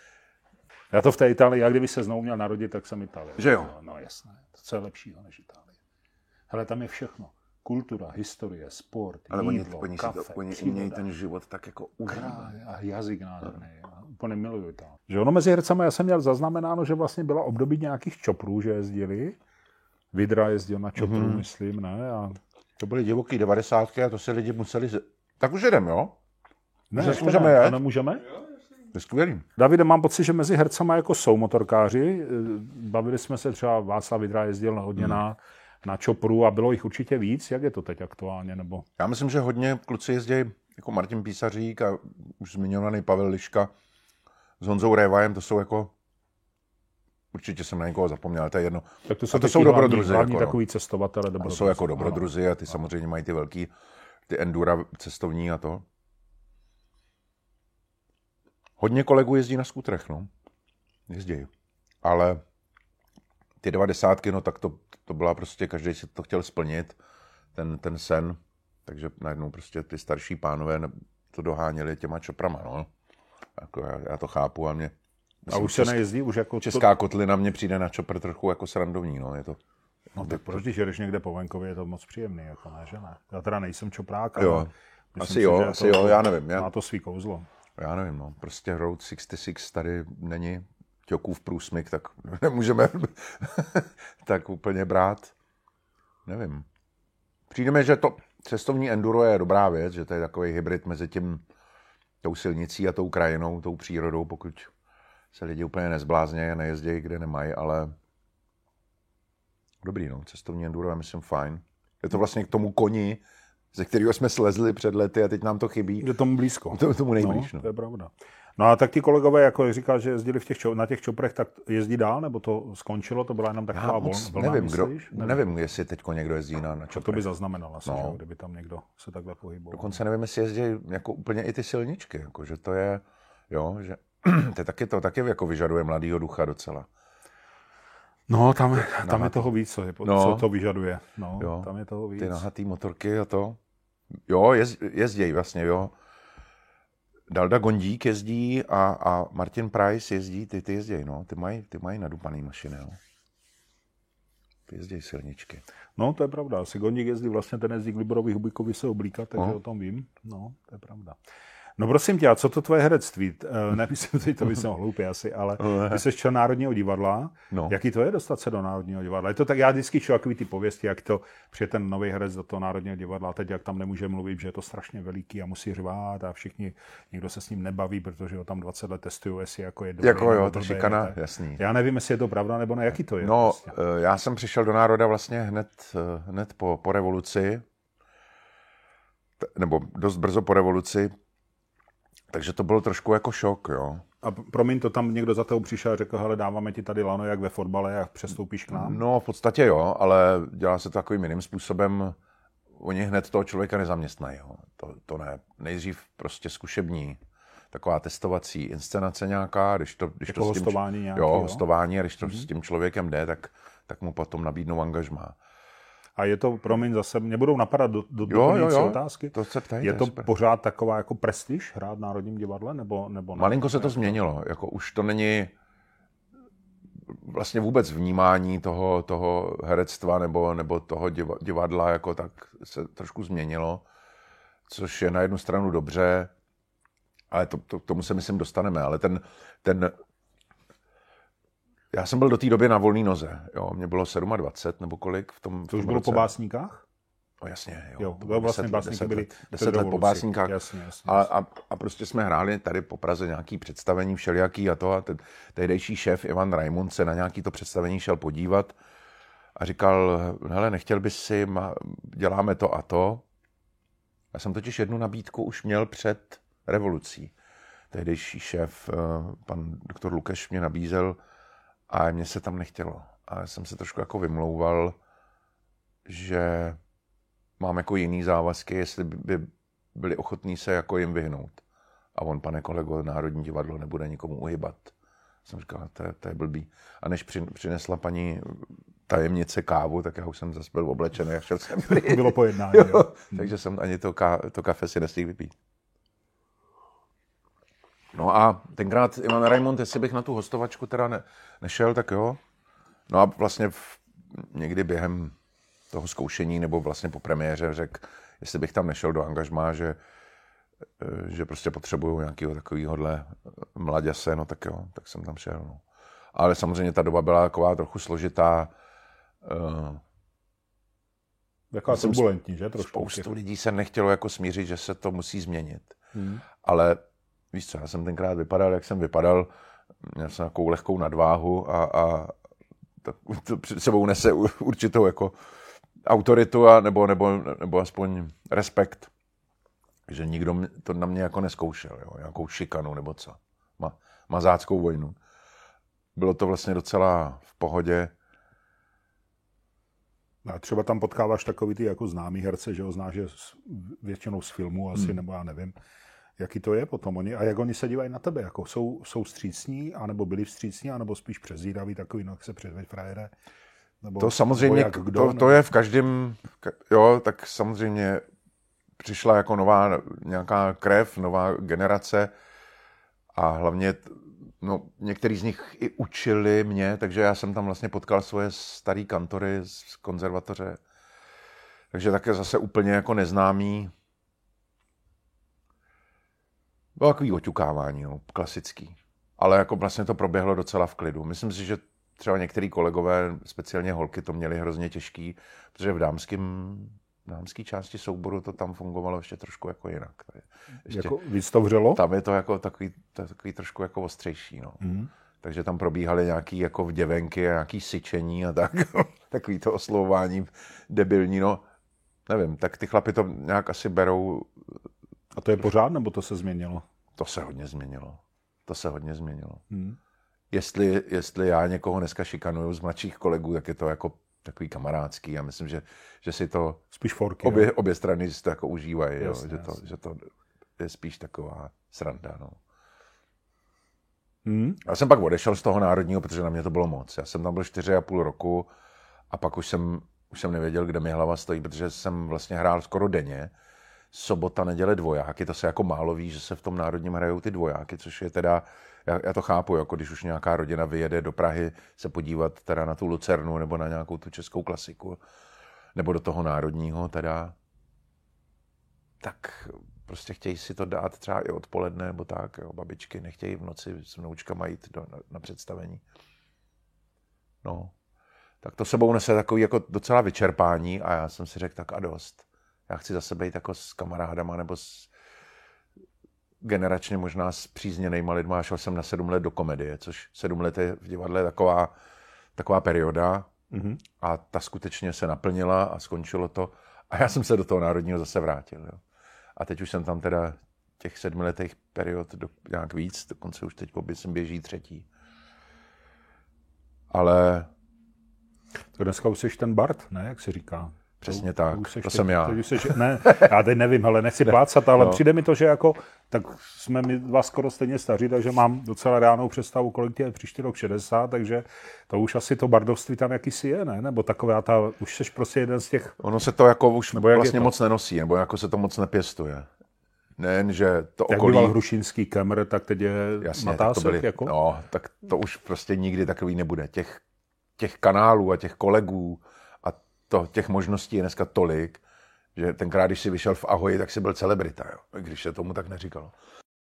Já to v té Itálii, já kdyby se znovu měl narodit, tak jsem Itálie. Že jo? No, no jasné, to co je lepšího než Itálie. Hele, tam je všechno. Kultura, historie, sport, Ale oni, jídlo, oni, si kafe, to, oni příroda. umějí ten život tak jako užívat. Král a jazyk nádherný. Já úplně miluju Itálii. Že ono mezi hercema, já jsem měl zaznamenáno, že vlastně byla období nějakých čoprů, že jezdili. Vidra jezdil na čopru, mm-hmm. myslím, ne? A... To byly divoký devadesátky a to si lidi museli... Z... Tak už jedem, jo? Ne, Že ještě můžeme ne. jet? A nemůžeme? To je skvělý. Davide, mám pocit, že mezi hercema jako jsou motorkáři. Bavili jsme se třeba, Václav Vidra jezdil hodně hmm. na, na čopru a bylo jich určitě víc. Jak je to teď aktuálně? Nebo... Já myslím, že hodně kluci jezdí jako Martin Písařík a už zmiňovaný Pavel Liška s Honzou Révajem, to jsou jako určitě jsem na někoho zapomněl, to je jedno. Tak to jsou, to jsou dobrodruzi. Hlavní jako, takový cestovatele. To jsou jako dobrodruzi a ty ano. samozřejmě mají ty velký, ty endura cestovní a to. Hodně kolegů jezdí na skutrech, no. Jezdí. Ale ty devadesátky, no tak to, to byla prostě, každý si to chtěl splnit, ten, ten sen. Takže najednou prostě ty starší pánové to doháněli těma čoprama, no. Jako já, já to chápu a mě... A už se nejezdí? Už jako Česká to... kotlina mně přijde na čopr trochu jako srandovní, no. Je to... No tak proč, když jedeš někde po venkově, je to moc příjemný, jako ne, že ne? Já teda nejsem čoprák, ale... Jo, asi si, jo, asi to, jo, já nevím. Já... Má to svý kouzlo. Já nevím, no. Prostě Route šedesát šest tady není ťokův průsmyk, tak nemůžeme tak úplně brát. Nevím. Přijde mi, že to cestovní enduro je dobrá věc, že to je takový hybrid mezi tím tou silnicí a tou krajinou, tou přírodou, pokud se lidi úplně nezbláznějí a nejezdějí, kde nemají, ale dobrý, no, cestovní enduro je, myslím, fajn. Je to vlastně k tomu koni, ze kterého jsme slezli před lety a teď nám to chybí. Je tomu blízko. To, tomu nejblíž, no, no. To je pravda. No a tak ti kolegové, jako říkal, že jezdili v těch, na těch čoprech, tak jezdí dál, nebo to skončilo, to byla jenom taková vlna, nevím, myslíš? Kdo, nevím. nevím, jestli teďko někdo jezdí na, na čoprech. To by zaznamenalo asi, no. že, kdyby tam někdo se takhle pohyboval. Dokonce nevím, jestli jezdí jako úplně i ty silničky, jako, že to je, jo, že to taky, to taky jako vyžaduje mladýho ducha docela. No, tam, tam je toho víc, co, je, no, co to vyžaduje. No, jo, tam je toho víc. Ty nahatý motorky a to. Jo, jez, jezdějí vlastně, jo. Dalda Gondík jezdí a, a Martin Price jezdí, ty, ty jezdějí, no. Ty mají ty maj nadupaný mašiny, jo. Ty jezdějí silničky. No, to je pravda. Asi Gondík jezdí, vlastně ten jezdí k Liborovi Hubíkovi se oblíkat, takže no. O tom vím. No, to je pravda. No prosím tě, a co to tvoje herectví? Nemyslím si, to by jsem hloupý asi, ale ty jsi člen Národního divadla. No. Jaký to je dostat se do Národního divadla? Je to tak, já vždycky čuju takový ty pověsti, jak to přijde ten nový herec do toho Národního divadla, a teď jak tam nemůže mluvit, že je to strašně veliký a musí řvát a všichni, nikdo se s ním nebaví, protože ho tam dvacet let testují, jestli jako je dobrý. Jako jo, to šikana, jasný. Já nevím, jestli je to pravda nebo ne, jaký to je. No, prostě. Já jsem přišel do Národa vlastně hned, hned po, po revoluci, nebo dost brzo po revoluci. Takže to bylo trošku jako šok, jo. A promiň, to tam někdo za tebou přišel a řekl, hele, dáváme ti tady lano jak ve fotbale a přestoupíš k nám? No, v podstatě jo, ale dělá se to takovým jiným způsobem. Oni hned toho člověka nezaměstnají, jo. To, to ne. Nejdřív prostě zkušební, taková testovací inscenace nějaká, když to... Když jako to hostování s tím, nějaký, jo? Jo, hostování, a když to mm-hmm. s tím člověkem jde, tak, tak mu potom nabídnou angažmá. A je to, promiň, zase, mě budou napadat do, do jo, jo, jo. otázky. To se ptají, je to super. Pořád taková jako prestiž hrát v Národním divadle? Nebo, nebo ne? Malinko se to změnilo. Jako už to není vlastně vůbec vnímání toho, toho herectva nebo, nebo toho divadla, jako tak se trošku změnilo, což je na jednu stranu dobře, ale to, to, k tomu se myslím dostaneme. Ale ten, ten já jsem byl do té doby na volné noze. Jo. Mě bylo dvacet sedm nebo kolik v tom. To už v tom bylo roce. po básníkách? No jasně, jo. Jo, to bylo vlastně deset, básníky deset, byli deset let po básníkách. Jasně, jasně, a, a, a prostě jsme hráli tady po Praze nějaký představení všelijaký a to a ten tehdejší šéf Ivan Raimund se na nějaký to představení šel podívat a říkal, hele, nechtěl bys si, ma, děláme to a to. Já jsem totiž jednu nabídku už měl před revolucí. Tehdejší šéf, pan doktor Lukeš, mě nabízel a mně se tam nechtělo. A já jsem se trošku jako vymlouval, že mám jako jiný závazky, jestli by byli ochotní se jako jim vyhnout. A on, pane kolego, Národní divadlo nebude nikomu uhybat. Jsem říkal, to je, to je blbý. A než přinesla paní tajemnice kávu, tak já už jsem zase byl oblečený a šel jsem pryč. Bylo pojednání. Jo. Jo. Takže jsem ani to, ká, to kafe si nestihl vypít. No a tenkrát Ivan Raimund, jestli bych na tu hostovačku teda ne, nešel, tak jo. No a vlastně v, někdy během toho zkoušení nebo vlastně po premiéře řekl, jestli bych tam nešel do angažmá, že, že prostě potřebuju nějakého takovýhodle mladěse, no tak jo, tak jsem tam šel. No. Ale samozřejmě ta doba byla taková trochu složitá. Taková turbulentní, že? Trošku. Spoustu lidí se nechtělo jako smířit, že se to musí změnit. Hmm. Ale víš co, já jsem tenkrát vypadal, jak jsem vypadal, měl jsem takovou lehkou nadváhu a, a to, to před sebou nese určitou jako autoritu a nebo, nebo, nebo aspoň respekt, že nikdo to na mě jako neskoušel, jo, nějakou šikanu nebo co, Ma, mazáckou vojnu. bylo to vlastně docela v pohodě. A třeba tam potkáváš takový ty jako známý herce, že ho znáš že většinou z filmu asi, hmm. nebo já nevím, jaký to je potom oni. A jak oni se dívají na tebe? Jako jsou, jsou vstřícní, anebo byli vstřícní, anebo spíš přezíraví takový, no jak se předveď frajere? Nebo, to samozřejmě, nebo kdo, to, to je v každém, jo, tak samozřejmě přišla jako nová nějaká krev, nová generace a hlavně no, některý z nich i učili mě, takže já jsem tam vlastně potkal svoje starý kantory z konzervatoře. Takže také zase úplně jako neznámý. Bylo takový oťukávání, no, klasický. Ale jako vlastně to proběhlo docela v klidu. Myslím si, že třeba některý kolegové, speciálně holky, to měli hrozně těžký, protože v dámském v dámské části souboru to tam fungovalo ještě trošku jako jinak. Ještě, jako víc to vřelo? Tam je to jako takový, takový trošku jako ostřejší. No. Mm. Takže tam probíhaly nějaký jako vděvenky a nějaký syčení a tak. Takový to oslovování debilní. No, nevím, tak ty chlapi to nějak asi berou. A to je pořád, nebo to se změnilo? To se hodně změnilo. To se hodně změnilo. Mm. Jestli, jestli já někoho dneska šikanuju z mladších kolegů, tak je to jako takový kamarádský a myslím, že, že si to spíš forky, obě, obě strany si to jako užívají, jasně, jo, že, to, že to je spíš taková sranda. No. Hmm. Já jsem pak odešel z toho národního, protože na mě to bylo moc. Já jsem tam byl čtyři a půl roku a pak už jsem, už jsem nevěděl, kde mi hlava stojí, protože jsem vlastně hrál skoro denně. Sobota, neděle dvojáky, to se jako málo ví, že se v tom národním hrajou ty dvojáky, což je teda, já, já to chápu, jako když už nějaká rodina vyjede do Prahy se podívat teda na tu Lucernu nebo na nějakou tu českou klasiku, nebo do toho národního teda, tak prostě chtějí si to dát třeba i odpoledne, nebo tak, jo, babičky nechtějí v noci s vnoučkama jít do, na, na představení. No, tak to sebou nese takový jako docela vyčerpání a já jsem si řekl tak a dost. Já chci zase být jako s kamarádama nebo s generačně možná s přízněnejma lidma a šel jsem na sedm let do komedie, což sedm let je v divadle taková, taková perioda mm-hmm. a ta skutečně se naplnila a skončilo to a já jsem se do toho národního zase vrátil. Jo. A teď už jsem tam teda těch sedmiletých period do, nějak víc, dokonce už teď jsem běží třetí. Ale... To dneska už jsi ten Bart, ne, jak se říká? Přesně tak, to, to teď, jsem já. Seš, ne, já teď nevím, ale nechci plácat, ale no. Přijde mi to, že jako, tak jsme my dva skoro stejně staří, takže mám docela reálnou představu, kolik tě je příští rok šedesát, takže to už asi to bardovství tam jakýsi je, ne? Nebo taková ta, už seš prostě jeden z těch... Ono se to jako už vlastně moc nenosí, nebo jako se to moc nepěstuje. Nejen, že to jak okolí... Jak býval hrušínský Kemr, tak teď je jasně, Natásek, tak byli, jako? No, tak to už prostě nikdy takový nebude. Těch, těch kanálů a těch kolegů To, těch možností je dneska tolik, že tenkrát, když si vyšel v Ahoji, tak si byl celebrita, jo? Když se tomu tak neříkalo.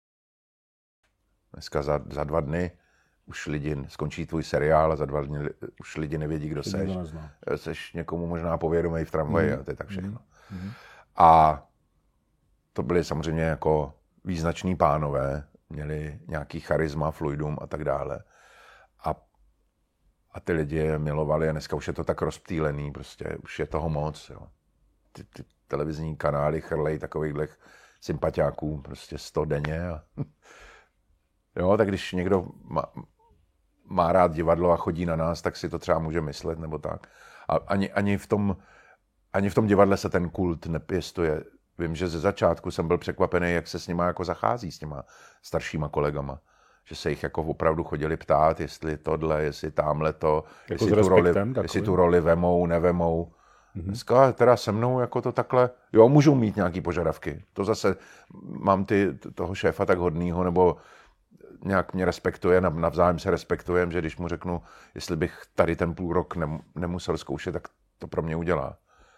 Dneska za, za dva dny už lidi, skončí tvůj seriál a za dva dny už lidi nevědí, kdo seš. Seš někomu možná povědomý v tramvaji mm. a to je tak všechno. Mm. A to byli samozřejmě jako význační pánové, měli nějaký charisma, fluidum a tak dále. A A ty lidi je milovali a dneska už je to tak rozptýlený, prostě už je toho moc. Jo. Ty, ty televizní kanály chrlej takovýchhle sympatiáků, prostě sto denně. A... jo, tak když někdo má, má rád divadlo a chodí na nás, tak si to třeba může myslet, nebo tak. A ani, ani, v tom, ani v tom divadle se ten kult nepěstuje. Vím, že ze začátku jsem byl překvapený, jak se s nima jako zachází, s těma staršíma kolegama. Že se jich jako opravdu chodili ptát, jestli tohle, jestli tamhle to, jako jestli, tu roli, jestli tu roli vemou, nevemou. Mm-hmm. Dneska teda se mnou jako to takhle, jo, můžou mít nějaký požadavky. To zase mám ty, toho šéfa tak hodnýho, nebo nějak mě respektuje, navzájem se respektujem, že když mu řeknu, jestli bych tady ten půl rok nemusel zkoušet, tak to pro mě udělá.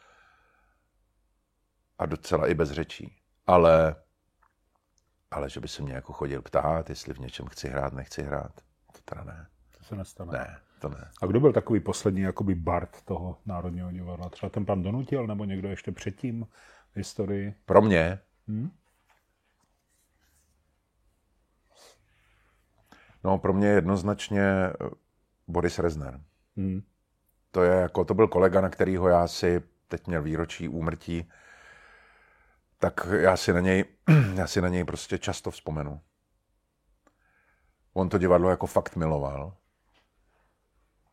A docela i bez řečí. Ale Ale že by se mě jako chodil ptát, jestli v něčem chci hrát, nechci hrát, to teda ne. To se nestane. Ne, to ne. A kdo byl takový poslední jakoby Bart toho Národního divadla? Třeba ten pan Donutil, nebo někdo ještě předtím v historii? Pro mě? Hmm? No, pro mě jednoznačně Boris Rezner. Hmm. To je jako, to byl kolega, na kterýho já si teď měl výročí úmrtí, tak já si na něj, já si na něj prostě často vzpomenu. On to divadlo jako fakt miloval.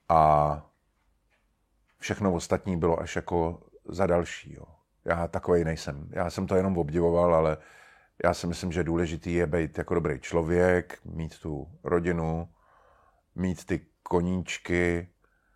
a všechno ostatní bylo až jako za další. Jo. Já takovej nejsem. Já jsem to jenom obdivoval, ale já si myslím, že důležitý je být jako dobrý člověk, mít tu rodinu, mít ty koníčky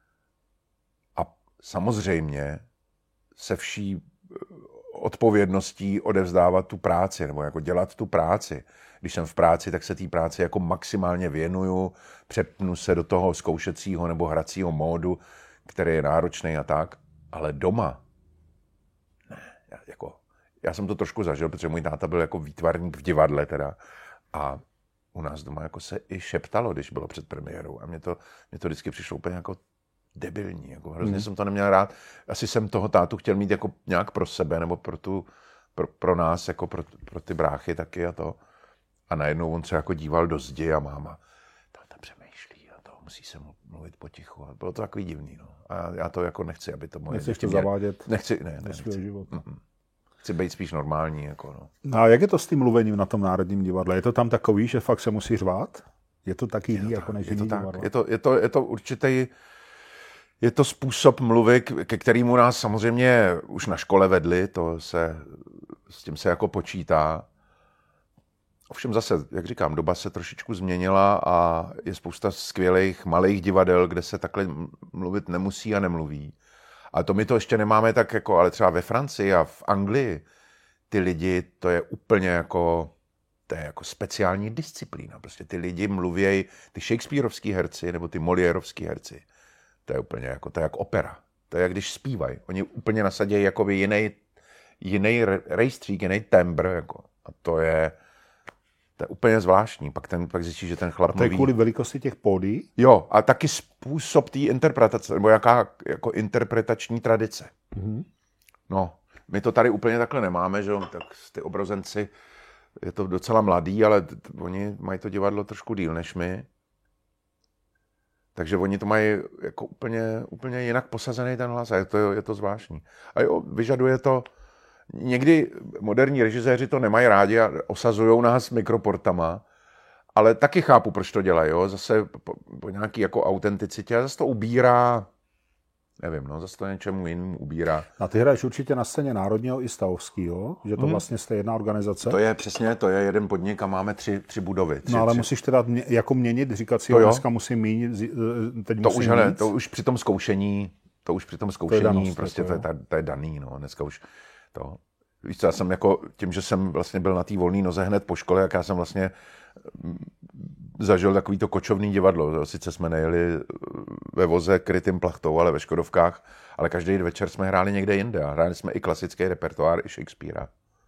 a samozřejmě se vší odpovědností odevzdávat tu práci, nebo jako dělat tu práci. Když jsem v práci, tak se té práci jako maximálně věnuju, přepnu se do toho zkoušecího nebo hracího módu, který je náročný a tak, ale doma, ne, já, jako, já jsem to trošku zažil, protože můj táta byl jako výtvarník v divadle teda a u nás doma jako se i šeptalo, když bylo před premiérou a mě to, mě to vždycky přišlo úplně jako debilní, jako hrozně hmm. jsem to neměl rád. Asi jsem toho tátu chtěl mít jako nějak pro sebe, nebo pro, tu, pro, pro nás, jako pro, pro ty bráchy taky a to. A najednou on se jako díval do zdi a máma, táta přemýšlí a to, musí se mluvit potichu. A bylo to takový divný, no. A já to jako nechci, aby to moje... Nechceš to zavádět nechci, ne, ne, do svého života. Mm-mm. Chci být spíš normální, jako no. No a jak je to s tím mluvením na tom Národním divadle? Je to tam takový, že fakt se musí řvát? Je to taky jiný, jako než jiný divadlo? Je to, je to, je to určitý... Je to způsob mluvy, ke kterému nás samozřejmě už na škole vedli, to se, s tím se jako počítá. Ovšem zase, jak říkám, doba se trošičku změnila a je spousta skvělých malých divadel, kde se takhle mluvit nemusí a nemluví. A to my to ještě nemáme tak jako, ale třeba ve Francii a v Anglii ty lidi, to je úplně jako, to je jako speciální disciplína. Prostě ty lidi mluvějí, ty shakespearovský herci nebo ty Moliérovský herci. To je úplně jako, to je jak opera. To je jak když zpívají. Oni úplně nasadějí jakoby jiný, jiný rejstřík, jiný tembr. Jako. A to je, to je úplně zvláštní. Pak, ten, pak zjistíš, že ten chlap a to je mluví... kvůli velikosti těch pódií? Jo, a taky způsob té interpretace, nebo jaká jako interpretační tradice. Mm-hmm. No, my to tady úplně takhle nemáme, že jo, tak ty obrozenci, je to docela mladý, ale t- oni mají to divadlo trošku díl než my. Takže oni to mají jako úplně, úplně jinak posazený ten hlas a je to, je to zvláštní. A jo, vyžaduje to, někdy moderní režiséři to nemají rádi a osazujou nás mikroportama, ale taky chápu, proč to dělají, jo, zase po, po nějaký jako autenticitě a zase to ubírá, nevím, no, zase to něčemu jinému ubírá. A ty hraješ určitě na scéně Národního i Stavovského, že to hmm. vlastně jste jedna organizace. To je přesně, to je jeden podnik a máme tři, tři budovy. Tři, no ale tři. Musíš teda mě, jako měnit, říkat si, jo, dneska musím mít, teď to musím už, mít. hele, to už při tom zkoušení, to už při tom zkoušení, to je danost, prostě to je, to je daný, no, dneska už to. Víš co, já jsem jako, tím, že jsem vlastně byl na té volné noze hned po škole, jak já jsem vlastně zažil takový to kočovný divadlo. Sice jsme nejeli ve voze krytým plachtou, ale ve Škodovkách, ale každý večer jsme hráli někde jinde a hráli jsme i klasický repertoár, i Shakespearea.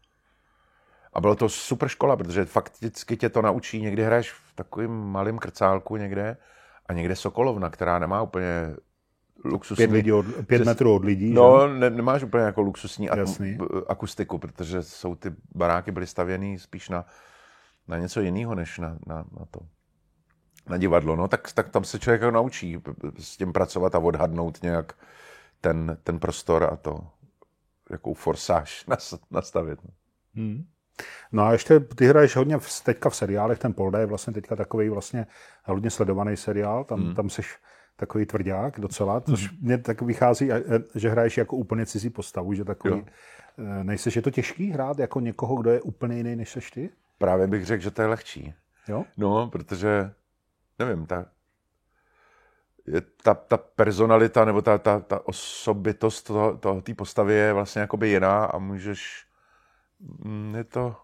A bylo to super škola, protože fakticky tě to naučí. Někdy hraješ v takovým malým krcálku někde a někde Sokolovna, která nemá úplně luxusní... Pět, lidí od, pět že, metrů od lidí, no, že? Ne, nemáš úplně jako luxusní akustiku, protože jsou ty baráky byly stavěný spíš na, na něco jiného, než na, na, na to. Na divadlo, no, tak, tak tam se člověk naučí s tím pracovat a odhadnout nějak ten, ten prostor a to, jakou forsáž nastavit. No. Hmm. No a ještě ty hraješ hodně v, teďka v seriálech, ten Polda je vlastně teďka takový vlastně hodně sledovaný seriál, tam, hmm. tam seš takový tvrdák docela, což hmm. mně tak vychází, že hraješ jako úplně cizí postavu, že takový, jo. Nejseš, je to těžký hrát jako někoho, kdo je úplně jiný než seš ty? Právě bych řekl, že to je lehčí. Jo? No, protože nevím, ta, je ta, ta personalita nebo ta, ta, ta osobitost toho, toho, té postavy je vlastně jakoby jiná a můžeš, je to,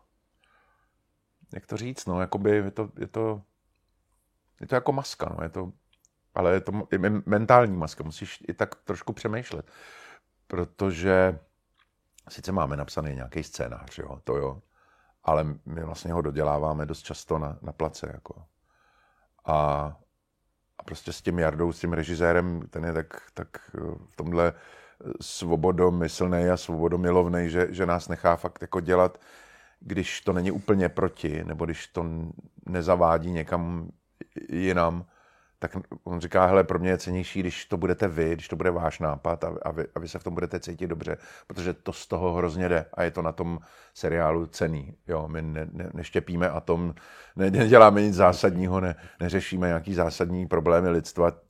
jak to říct, no, jakoby je to, je to, je to jako maska, no, je to, ale je to je mentální maska, musíš i tak trošku přemýšlet, protože sice máme napsaný nějaký scénář, jo, to jo, ale my vlastně ho doděláváme dost často na, na place, jako. A, a prostě s tím Jardou, s tím režisérem, ten je tak, tak v tomhle svobodomyslnej a svobodomilovnej, že, že nás nechá fakt jako dělat, když to není úplně proti, nebo když to nezavádí někam jinam, tak on říká, hele, pro mě je cennější, když to budete vy, když to bude váš nápad a, a, vy, a vy se v tom budete cítit dobře, protože to z toho hrozně jde a je to na tom seriálu cenný. Jo, my ne, ne, neštěpíme atom, ne, neděláme nic zásadního, ne, neřešíme nějaký zásadní problémy lidstva,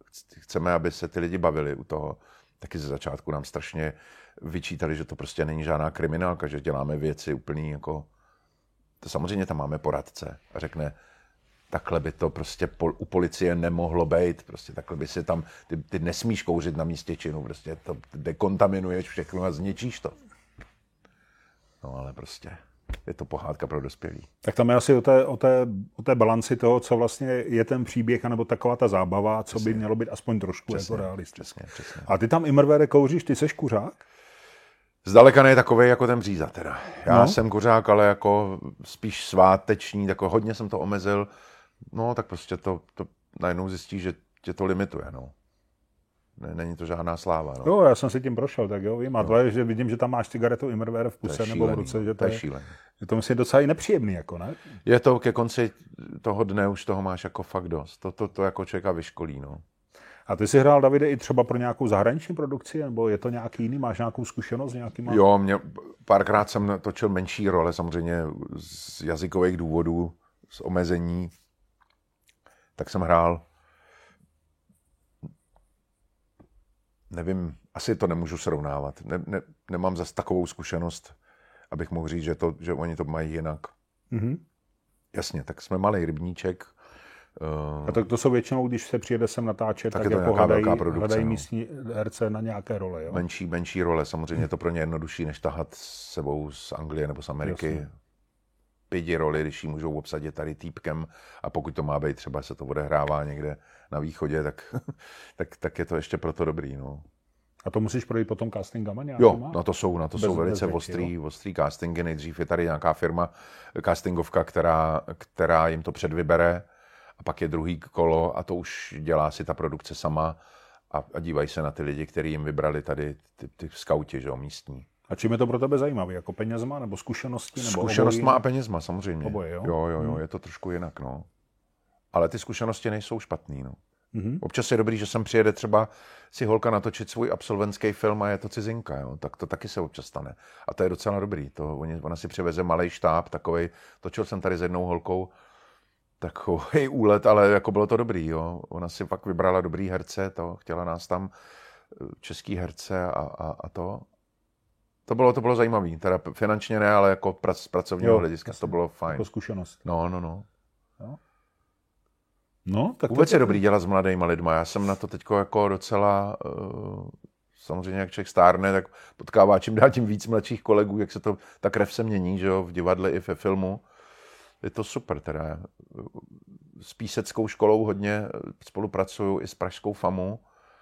chceme, aby se ty lidi bavili u toho. Taky ze začátku nám strašně vyčítali, že to prostě není žádná kriminálka, že děláme věci úplný jako... To samozřejmě tam máme poradce a řekne, takhle by to prostě pol, u policie nemohlo být, prostě takhle by si tam, ty, ty nesmíš kouřit na místě činu, prostě to dekontaminuješ všechno a zničíš to. No ale prostě je to pohádka pro dospělí. Tak tam je asi o té, o té, o té balanci toho, co vlastně je ten příběh, anebo taková ta zábava, co přesně by mělo být aspoň trošku přesně, jako realistické. Přesně, přesně. A ty tam Imrvére kouříš, ty seš kuřák? Zdaleka ne takovej jako ten Bříza teda. Já no. jsem kuřák, ale jako spíš sváteční, tak hodně jsem to omezil. No tak prostě to, to najednou zjistí, že tě to limituje, no. Ne, není to žádná sláva, no. Jo, já jsem si tím prošel, tak jo, vím. A to je, že vidím, že tam máš cigaretu Imrvére v puse nebo v ruce, že to, to je, šílený. Je to myslím docela i nepříjemný, jako ne? Je to ke konci toho dne, už toho máš jako fakt dost. To, to, to jako člověka vyškolí, no. A ty jsi hrál, Davide, i třeba pro nějakou zahraniční produkci, nebo je to nějaký jiný? Máš nějakou zkušenost s nějakýma? Jo, mě, párkrát jsem točil menší role, samozřejmě z jazykových důvodů, z omezení. Tak jsem hrál, nevím, asi to nemůžu srovnávat. Ne, ne, nemám zas takovou zkušenost, abych mohl říct, že, to, že oni to mají jinak. Mm-hmm. Jasně, tak jsme malý rybníček. A to, to jsou většinou, když se přijede sem natáčet, tak, tak jako hledají, hledají místní herce na nějaké role. Jo? Menší, menší role, samozřejmě je to pro ně jednodušší, než tahat s sebou z Anglie nebo z Ameriky. Jasně. Pidi roli, když ji můžou obsadit tady týpkem a pokud to má být, třeba se to odehrává někde na východě, tak, tak, tak je to ještě proto dobrý. No. A to musíš projít potom castingama nějakýma? Jo, na to jsou, na to bez, jsou velice ostrý, ostrý castingy. Nejdřív je tady nějaká firma, castingovka, která, která jim to předvybere a pak je druhý kolo a to už dělá si ta produkce sama a, a dívají se na ty lidi, kteří jim vybrali tady ty, ty skauti, že jo, místní. A čím je to pro tebe zajímavé? Jako penězma nebo zkušenosti? Nebo zkušenostma a penězma, samozřejmě. Oboje, jo? Jo, jo, jo, je to trošku jinak, no. Ale ty zkušenosti nejsou špatný, no. Mm-hmm. Občas je dobrý, že sem přijede třeba si holka natočit svůj absolventský film a je to cizinka, jo. Tak to taky se občas stane. A to je docela dobrý. To, ona si přiveze malej štáb, takovej, točil jsem tady s jednou holkou, takový úlet, ale jako bylo to dobrý, jo. Ona si fakt vybrala dobrý herce, to, chtěla nás tam, český herce a, a, a to. To bylo, to bylo zajímavé, teda finančně ne, ale jako z pracovního jo, hlediska jasný. To bylo fajn. Jako zkušenost. No, no, no. Jo. No, tak vůbec je dobrý dělat s mladýma lidma. Já jsem na to teďko jako docela, uh, samozřejmě jak člověk stárne, tak potkává čím dál tím víc mladších kolegů, jak se to, ta krev se mění, že jo, v divadle i ve filmu. Je to super teda. S píseckou školou hodně spolupracuju i s pražskou FAMu.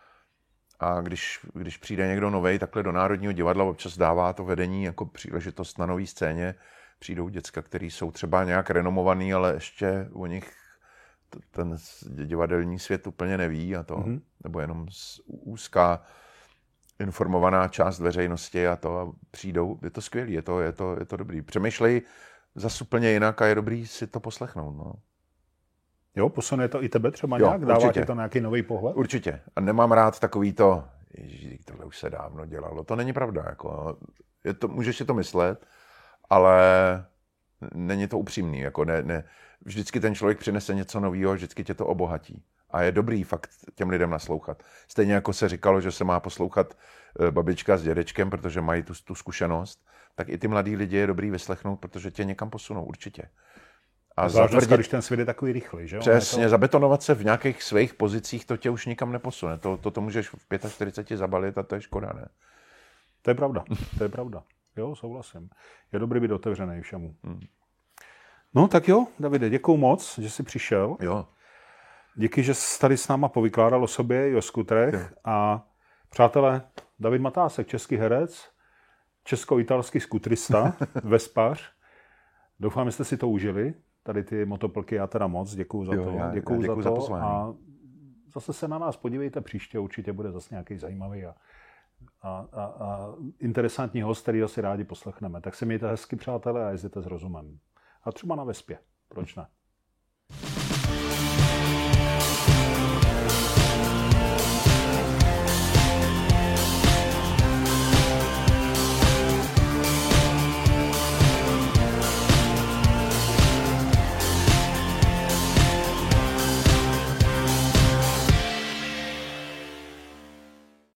A když, když přijde někdo novej takhle do Národního divadla, občas dává to vedení jako příležitost na nový scéně. Přijdou děcka, který jsou třeba nějak renomovaný, ale ještě o nich ten divadelní svět úplně neví a to, mm-hmm. nebo jenom úzká informovaná část veřejnosti a to a přijdou. Je to skvělý, je to, je to, je to dobrý. Přemýšlej zas úplně jinak a je dobrý si to poslechnout. No. Jo, posune to i tebe třeba nějak? Jo, dává ti to nějaký nový pohled? Určitě. A nemám rád takový to, ježiš, tohle už se dávno dělalo. To není pravda. Jako, je to, můžeš si to myslet, ale není to upřímný. Jako ne, ne, vždycky ten člověk přinese něco nového, vždycky tě to obohatí. A je dobrý fakt těm lidem naslouchat. Stejně jako se říkalo, že se má poslouchat babička s dědečkem, protože mají tu, tu zkušenost, tak i ty mladí lidi je dobrý vyslechnout, protože tě někam posunou, určitě. A zatvrdit, když ten svět je takový rychlý, že jo? Přesně, to... zabetonovat se v nějakých svých pozicích, to tě už nikam neposune. To, to, to můžeš v čtyřiceti pěti zabalit a to je škoda, ne? To je pravda, to je pravda. Jo, souhlasím. Je dobrý být otevřený všemu. Hmm. No tak jo, Davide, děkuju moc, že jsi přišel. Jo. Díky, že jsi tady s náma povykládal o sobě i o skutrech. Jo. A přátelé, David Matásek, český herec, česko-italský skutrista, vespař. Doufám, že jste si to užili. Tady ty motoplky, já teda moc, děkuju za jo, to. Já, děkuju, já děkuju za, za to pozvání. A zase se na nás podívejte příště, určitě bude zase nějaký zajímavý a, a, a, a interesantní host, kterýho si rádi poslechneme. Tak se mějte hezky, přátelé, a jezděte s rozumem. A třeba na Vespě, proč ne?